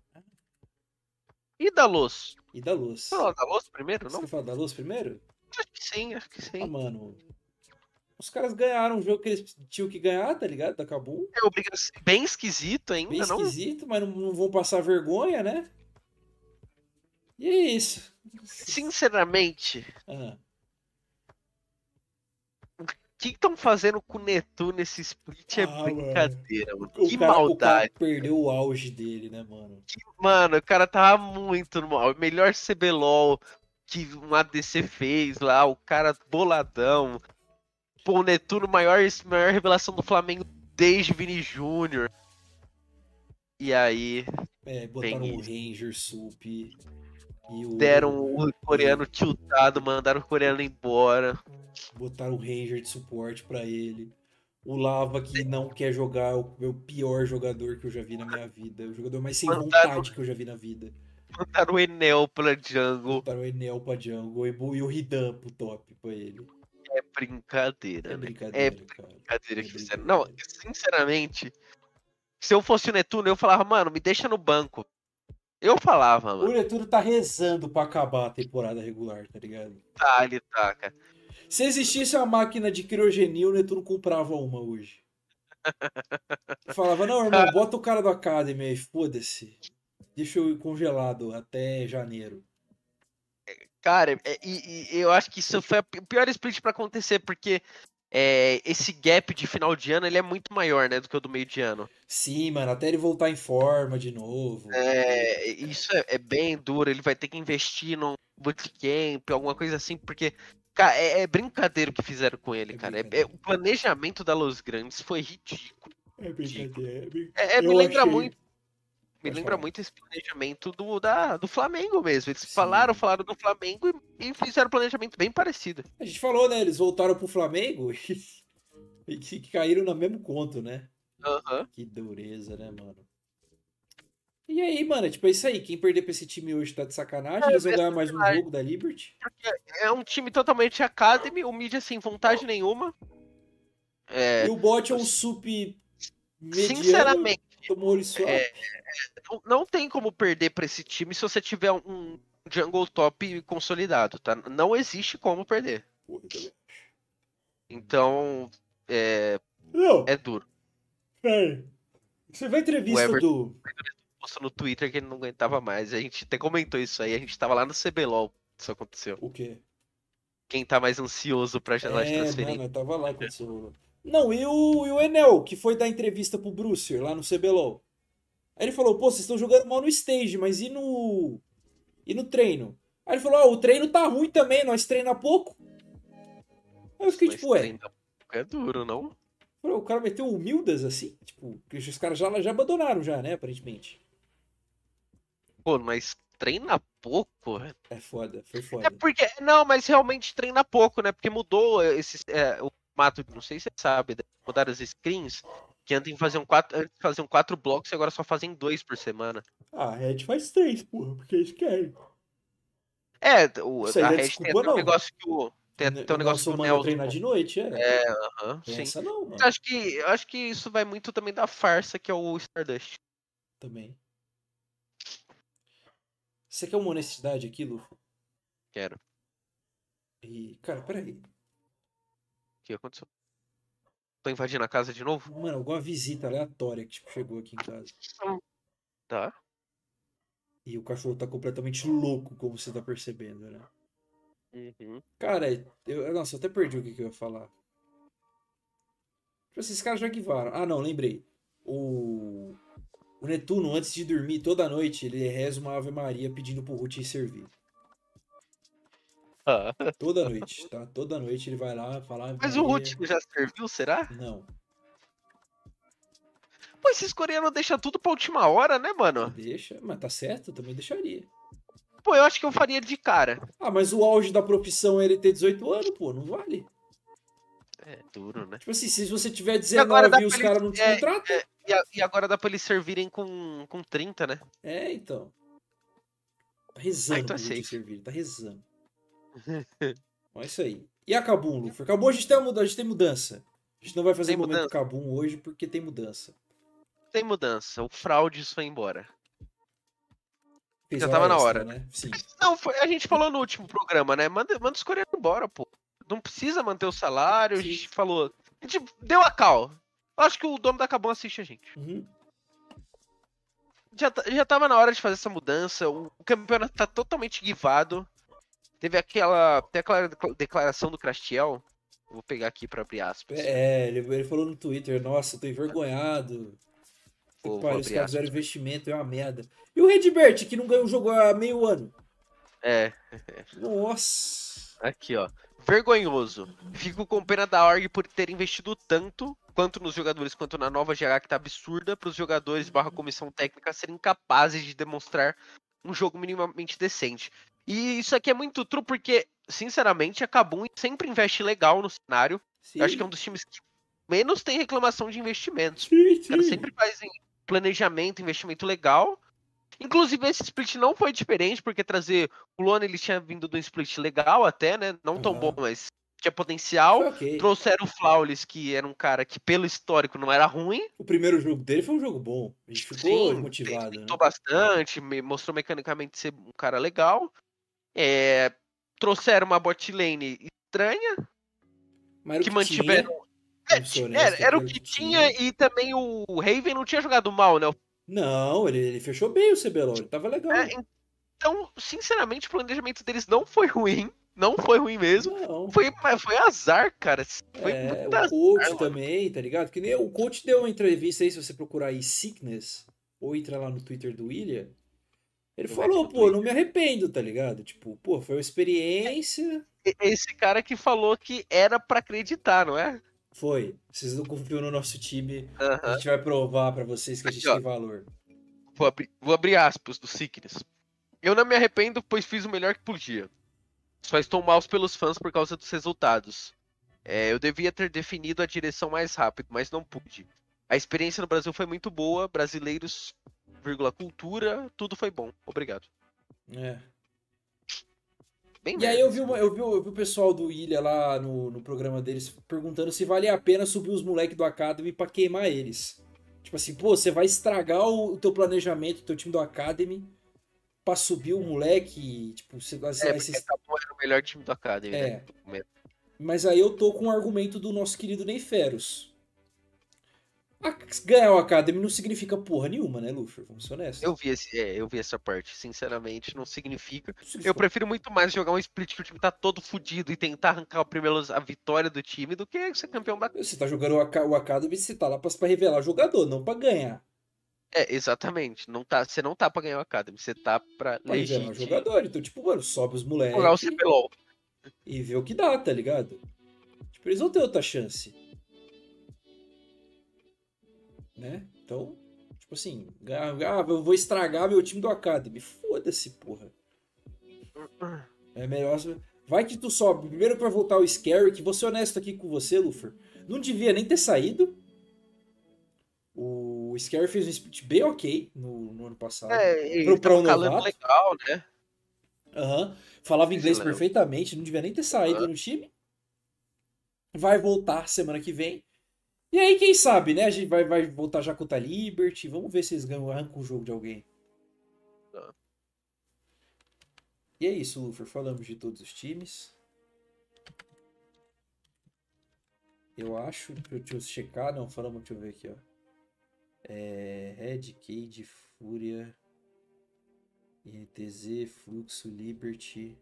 E da Luz? e da Luz. Fala da Luz primeiro, Você não? quer falar da Luz primeiro? Acho que sim, acho que Ah, sim. mano. Os caras ganharam um jogo que eles tinham que ganhar, tá ligado? Da Kabum. É obrigação bem esquisito ainda, Bem não? esquisito, mas não, não vão passar vergonha, né? E é isso. Sinceramente, Ah. o que estão fazendo com o Netu nesse split é Ah, brincadeira, mano. O Que cara, o cara maldade. perdeu o auge dele, né, mano? Mano, o cara tava muito no mal. Melhor C B LOL que um A D C fez lá, o cara boladão. Pô, o Netuno, maior, maior revelação do Flamengo desde Vini Júnior. E aí, É, botaram Tem o isso. Ranger, Sup e o. deram o coreano tiltado, mandaram o coreano embora. Botaram o Ranger de suporte pra ele. O Lava que não quer jogar, é o meu pior jogador que eu já vi na minha vida. O jogador mais sem Mandaram- vontade que eu já vi na vida. Mandaram o Enel pra jungle. Botaram o Enel pra jungle e o Ridan pro top pra ele. É brincadeira, É né? brincadeira, É cara. brincadeira É que fizeram. brincadeira. Não, sinceramente, se eu fosse o Netuno, eu falava, mano, me deixa no banco. Eu falava, O mano. Neturo tá rezando pra acabar a temporada regular, tá ligado? Tá, ele tá, cara. Se existisse uma máquina de criogenia, o Netuno comprava uma hoje. Falava, não, irmão, bota o cara do Academy aí, foda-se. Deixa eu ir congelado até janeiro. Cara, é- e, e eu acho que isso foi a pi- pior split pra acontecer, porque é, esse gap de final de ano ele é muito maior, né, do que o do meio de ano. Sim, mano, até ele voltar em forma de novo. É, isso é, é bem duro, ele vai ter que investir num bootcamp, alguma coisa assim, porque, cara, é, é brincadeira o que fizeram com ele, É cara. É- é- brincadeira. o planejamento da Los Grandes foi ridículo. É brincadeira. É brin- É, é, me Eu lembra achei- muito. Me Pode lembra falar. muito esse planejamento do, da, do Flamengo mesmo. Eles Sim. falaram, falaram do Flamengo e, e fizeram um planejamento bem parecido. A gente falou, né? Eles voltaram pro Flamengo e, e que caíram no mesmo conto, né? Aham. Que dureza, né, mano? E aí, mano, tipo, é isso aí. Quem perder pra esse time hoje tá de sacanagem. Eles vão é ganhar mais um sacanagem. jogo da Liberty. É um time totalmente academy, o mídia sem vontade nenhuma. É, E o bot é um sup mediano. sinceramente, Tomou ele swap. É, não, não tem como perder pra esse time se você tiver um jungle top consolidado, tá? Não existe como perder. Porra, também. Então, é, Não, é duro. peraí. Você vê a entrevista O Everton- do. Postou no Twitter que ele não aguentava mais. A gente até comentou isso aí. A gente tava lá no C B LOL. Isso aconteceu. O quê? Quem tá mais ansioso pra janela de É, transferência? mano, eu tava lá quando isso rolou. Não, e o, e o Enel, que foi dar entrevista pro Brucer lá no C B L O L. Aí ele falou, pô, vocês estão jogando mal no stage, mas e no. E no treino? Aí ele falou, ó, o treino tá ruim também, nós treina pouco. Aí eu fiquei Mas tipo, ué. treino é duro, não? Falei, o cara meteu humildas assim? Tipo, porque os caras já, já abandonaram já, né, aparentemente. Pô, mas treina pouco. É foda, foi É foda. porque. Não, mas realmente treina pouco, né? Porque mudou esse, é, o formato, não sei se você sabe, né? Mudaram as screens. Que antes faziam quatro, antes faziam quatro blocos e agora só fazem dois por semana. Ah, a Red faz três, porra, porque eles querem. É, o, Isso aí a não é Red desculpa, tem até um não. negócio que o. Tem até um O negócio nosso que o mano Nelson. treinar de noite, é. É, aham, sim. Pensa não, Eu mano. acho que, eu acho que isso vai muito também da farsa que é o Stardust. Também. Você quer uma honestidade aqui, Luffy? Quero. E, cara, peraí. O que aconteceu? Tô invadindo a casa de novo? Mano, alguma visita aleatória que tipo, chegou aqui em casa. Tá. E o cachorro tá completamente louco, como você tá percebendo, né? Uhum. Cara, eu, nossa, eu até perdi o que, que eu ia falar. Tipo assim, esses caras já guivaram. Ah, não, lembrei. O, o Netuno, antes de dormir, toda noite, ele reza uma Ave Maria pedindo pro Ruth ir servir. Ah. Toda noite, tá? Toda noite ele vai lá falar Ave Mas o Maria. Ruth já serviu, será? Não, Pô, esses coreanos deixam tudo pra última hora, né, mano? deixa. Mas tá certo, eu também deixaria. Pô, eu acho que eu faria de cara. Ah, mas o auge da profissão é ele ter dezoito anos, pô, não vale. É duro, né? Tipo assim, se você tiver E agora dá dezenove e os pra caras eles- não te é, contratam. é, e, a- e agora dá pra eles servirem com, com trinta, né? É, então. Tá Ah, rezando então pro é Ruth safe. servir, tá rezando. Bom, é isso aí. E a Kabum, Luffy? Acabou, a gente tem, a muda- a gente tem mudança. A gente não vai fazer Tem momento mudança? Kabum hoje porque tem mudança. Tem mudança. O Fraudes foi embora. Fez Já hora tava na extra, hora. né? Sim. Não, foi, a gente falou no último programa, né? Manda, manda os coreanos embora, pô. Não precisa manter o salário. A Sim. gente falou. A gente deu a cal. Acho que o dono da Kabum assiste a gente. Uhum. Já, tá- já tava na hora de fazer essa mudança. O, o campeonato tá totalmente guivado. Teve aquela, tem aquela declaração do Crastiel. Vou pegar aqui pra abrir aspas. É, ele, ele falou no Twitter, nossa, tô envergonhado. Vou- Que vou pariu, os abrir caras fizeram aspas. investimento, é uma merda. E o Redbert, que não ganhou o jogo há meio ano. É, Nossa. aqui ó. Vergonhoso. Fico com pena da org por ter investido tanto, quanto nos jogadores quanto na nova G H que tá absurda, pros jogadores barra comissão técnica serem capazes de demonstrar um jogo minimamente decente. E isso aqui é muito true porque, sinceramente, a Kabum sempre investe legal no cenário. Sim. Eu acho que é um dos times que menos tem reclamação de investimentos. Sim, Os caras sim. sempre fazem planejamento, investimento legal. Inclusive, esse split não foi diferente, porque trazer o Luan, ele tinha vindo de um split legal até, né? Não tão Aham. bom, mas tinha potencial. Foi ok. Trouxeram o Flawless, que era um cara que, pelo histórico, não era ruim. O primeiro jogo dele foi um jogo bom. A gente ficou motivado, né? tentou bastante, me mostrou mecanicamente ser um cara legal. É, trouxeram uma bot lane estranha, Mas era que o que mantiveram... tinha. É, Vamos ser ti- honestos, era, era o que tinha, e também o Raven não tinha jogado mal, né? Não, ele, ele fechou bem o C B L O L, ele tava legal. É, então, sinceramente, o planejamento deles não foi ruim. Não foi ruim mesmo. Não. Foi, mas foi azar, cara. Foi É, muito o azar. coach mano. também, tá ligado? Que nem o coach deu uma entrevista aí, se você procurar aí Sickness, ou entra lá no Twitter do William. Ele Eu falou, vi no pô, Twitter. não me arrependo, tá ligado? Tipo, pô, foi uma experiência. E- Esse cara que falou que era pra acreditar, não é? Foi. Vocês não confiam no nosso time. A Aham. gente vai provar pra vocês que a gente Aqui, ó. tem valor. Vou, abrir, vou abrir aspas do Sickness. Eu não me arrependo, pois fiz o melhor que podia. Só estou mal pelos fãs por causa dos resultados. É, eu devia ter definido a direção mais rápido, mas não pude. A experiência no Brasil foi muito boa, brasileiros, vírgula, cultura, tudo foi bom. Obrigado. É. Bem E aí merda eu vi, esse uma- eu, vi, eu vi o pessoal do Ilha lá no, no programa deles perguntando se valia a pena subir os moleques do Academy pra queimar eles. Tipo assim, pô, você vai estragar o, o teu planejamento, o teu time do Academy pra subir o moleque, tipo, você, você, É, aí porque você- acabou era o melhor time do Academy, É. né? Mas aí eu tô com o argumento do nosso querido Neyferos. A- Ganhar o Academy não significa porra nenhuma, né, Luffy? Vamos ser honestos. Eu vi, esse, é, eu vi essa parte, sinceramente, não significa. Não significa- Eu prefiro muito mais jogar um split que o time tá todo fudido e tentar arrancar o primeiro, a vitória do time do que ser campeão da. Você tá jogando o Aca- o Academy, você tá lá pra, pra revelar jogador, não pra ganhar. É, exatamente. Não tá, você não tá pra ganhar o Academy, você tá pra Pra revelar legit jogador. Então, tipo, mano, sobe os jogar o moleques C B L O L. e vê o que dá, tá ligado? Tipo, eles vão ter outra chance. Né? Então, tipo assim, ah, ah, eu vou estragar meu time do Academy. Foda-se, porra. É melhor. Vai que tu sobe. Primeiro que vai voltar o Scary, que vou ser honesto aqui com você, Luffy. Não devia nem ter saído. O Scary fez um split bem ok no, no ano passado. É, ele Pro- pra tava um calando novato. legal, né? Aham. Falava inglês Esse Léo. perfeitamente, não devia nem ter saído no time. Vai voltar semana que vem. E aí, quem sabe, né? A gente vai, vai voltar já contra a Liberty. Vamos ver se eles ganham, arrancam o jogo de alguém. Tá. E é isso, Lufer. Falamos de todos os times. Eu acho. Deixa eu checar. Não, falamos. Deixa eu ver aqui, ó. É, Red, Cade, Fúria, I N T Z, Fluxo, Liberty,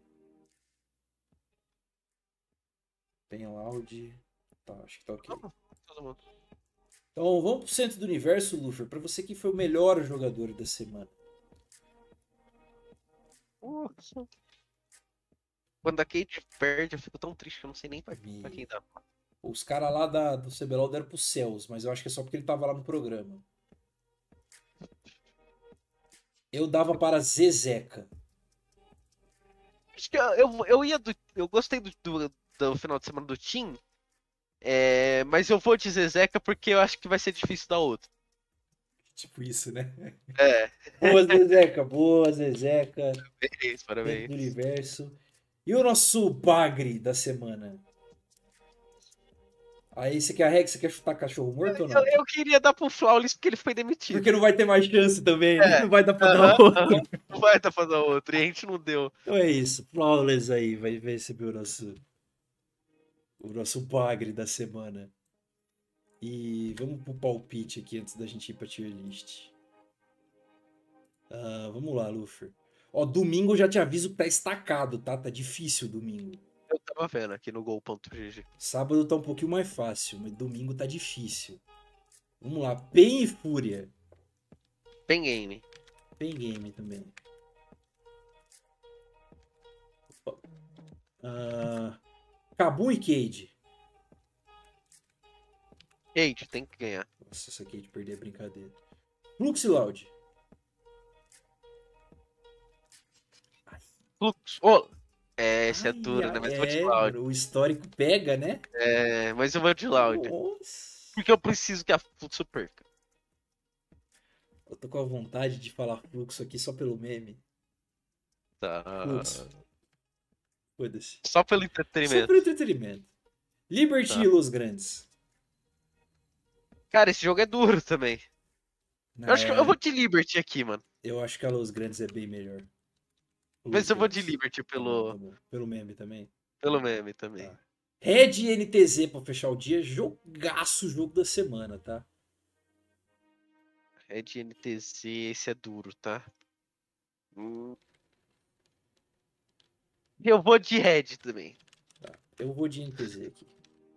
Penloud. Tá, acho que tá ok. Todo mundo. Então vamos pro centro do universo, Lufer. Pra você, quem foi o melhor jogador da semana? Nossa. Quando a Kate perde, eu fico tão triste que eu não sei nem pra, pra quem dá. Os caras lá da, do C B L O deram pro Céus, mas eu acho que é só porque ele tava lá no programa. Eu dava para Zezeca. Acho que eu, eu, eu ia do. Eu gostei do, do, do final de semana do Team. É, mas eu vou de Zezeca porque eu acho que vai ser difícil dar outro. Tipo isso, né? É, Boa, Zezeca. Boa, Zezeca. parabéns, Dentro do parabéns. universo. E o nosso bagre da semana? Aí você quer a regra? Você quer chutar cachorro morto ou não? Eu, eu queria dar pro Flawless porque ele foi demitido. Porque não vai ter mais chance também, né? É. Não vai dar pra Aham, dar outro. aham. Não vai dar pra dar outro. E a gente não deu. Então é isso. Flawless aí vai receber o nosso, o nosso bagre da semana. E vamos pro palpite aqui antes da gente ir pra tier list. Ah, vamos lá, Lufer. Ó, domingo eu já te aviso que tá estacado, tá? Tá difícil domingo. Eu tava vendo aqui no gol ponto g g. Sábado tá um pouquinho mais fácil, mas domingo tá difícil. Vamos lá. Pen e Fúria. Pen game. Pen game também. Ah, Kabum e Cade. Kate, tem que ganhar. Nossa, essa Cade perder é brincadeira. Flux e Loud. Flux. Ô, é, esse é Ai, duro, né? ai, Mas eu vou de é, Loud. o histórico pega, né? É, mas eu vou de Loud. Nossa. Porque eu preciso que a Fluxo perca. Eu tô com a vontade de falar fluxo aqui só pelo meme. Tá. Fluxo. Foda-se. Só pelo Só entretenimento. pelo entretenimento. Liberty Tá. e Los Grandes. Cara, esse jogo é duro também. Eu acho que É, eu vou de Liberty aqui, mano. eu acho que a Los Grandes é bem melhor. Los Mas eu vou de Grandes. Liberty Tá bom, pelo, tá bom. Pelo meme também. pelo meme também. Tá. Red e N T Z pra fechar o dia. Jogaço jogo da semana, tá? Red N T Z, esse é duro, tá? Hum. Eu vou de Red também. Tá. Eu vou de N T Z aqui.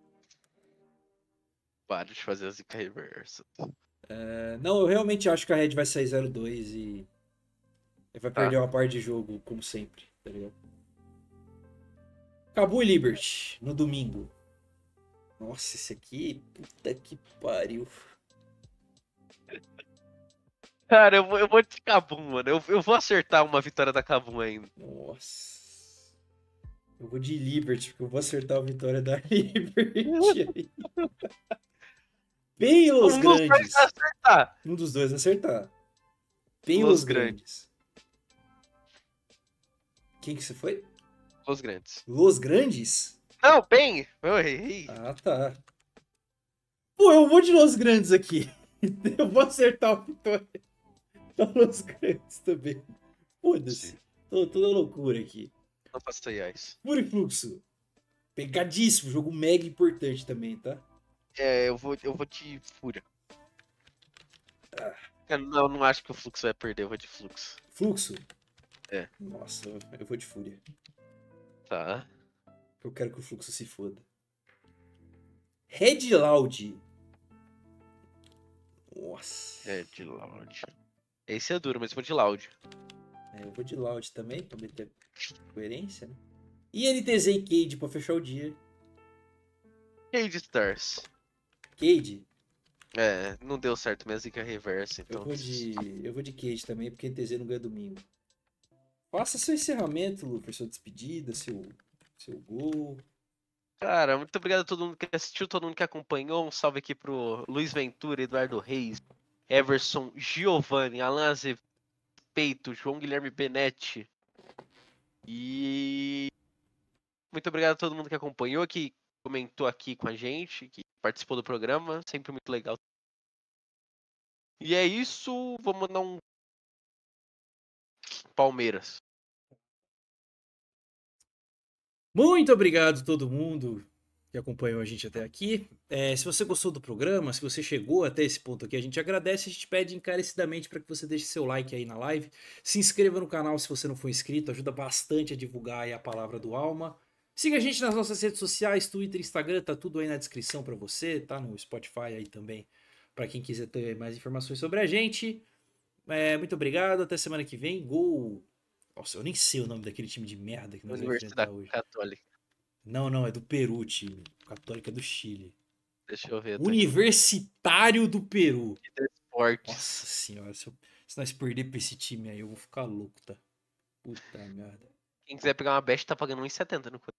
Para de fazer a zica reversa. É, não, eu realmente acho que a Red vai sair zero dois e vai Tá. perder uma parte de jogo, como sempre, tá ligado? Kabum e Liberty, no domingo. Nossa, esse aqui, puta que pariu. Cara, eu vou, eu vou de Kabum, mano. Eu, eu vou acertar uma vitória da Kabum ainda. Nossa. Eu vou de Liberty, porque eu vou acertar a vitória da Liberty. Bem Los Um dos dois Grandes. vai acertar. Um dos dois acertar. Bem Los Los Grandes. Quem que você foi? Os grandes. Los Grandes? Não, bem. Eu errei. Ah, tá. Pô, eu vou de Los Grandes aqui. Eu vou acertar a vitória da Los Grandes também. Foda-se. Tô toda loucura aqui. Não posso isso. Fúria e Fluxo. Pegadíssimo. Jogo mega importante também, tá? É, eu vou, eu vou de Fúria. Eu não, não acho que o Fluxo vai perder, eu vou de Fluxo. Fluxo? É. Nossa, eu vou de Fúria. Tá. Eu quero que o Fluxo se foda. Red Loud. Nossa. É, de Loud. Esse é duro, mas eu vou de Loud. É, eu vou de Loud também, pra meter coerência, né? E N T Z e Cade pra fechar o dia. Cade Stars. Cade? É, não deu certo minha zica reversa, então. Eu vou de. Eu vou de Cade também, porque N T Z não ganha domingo. Faça seu encerramento, Lufer, sua despedida, seu, seu gol. Cara, muito obrigado a todo mundo que assistiu, todo mundo que acompanhou. Um salve aqui pro Luiz Ventura, Eduardo Reis, Everson, Giovanni, Alan Azevedo, Peito, João Guilherme Benetti, E muito obrigado a todo mundo que acompanhou, que comentou aqui com a gente, que participou do programa, sempre muito legal. E é isso, vou mandar um Palmeiras. Muito obrigado a todo mundo que acompanhou a gente até aqui. É, se você gostou do programa, se você chegou até esse ponto aqui, a gente agradece. A gente pede encarecidamente para que você deixe seu like aí na live. Se inscreva no canal se você não for inscrito, ajuda bastante a divulgar aí a palavra do Alma. Siga a gente nas nossas redes sociais, Twitter, Instagram, tá tudo aí na descrição para você, tá no Spotify aí também, para quem quiser ter mais informações sobre a gente. É, muito obrigado, até semana que vem. Gol! Nossa, eu nem sei o nome daquele time de merda que nós vamos enfrentar Universidade hoje. Católica. Não, não, é do Peru, o time. Católica do Chile. Deixa eu ver. Tá Universitário do Peru. Esportes. Nossa senhora, se, eu, se nós perder pra esse time aí, eu vou ficar louco, tá? Puta merda. Quem quiser pegar uma best tá pagando um e setenta no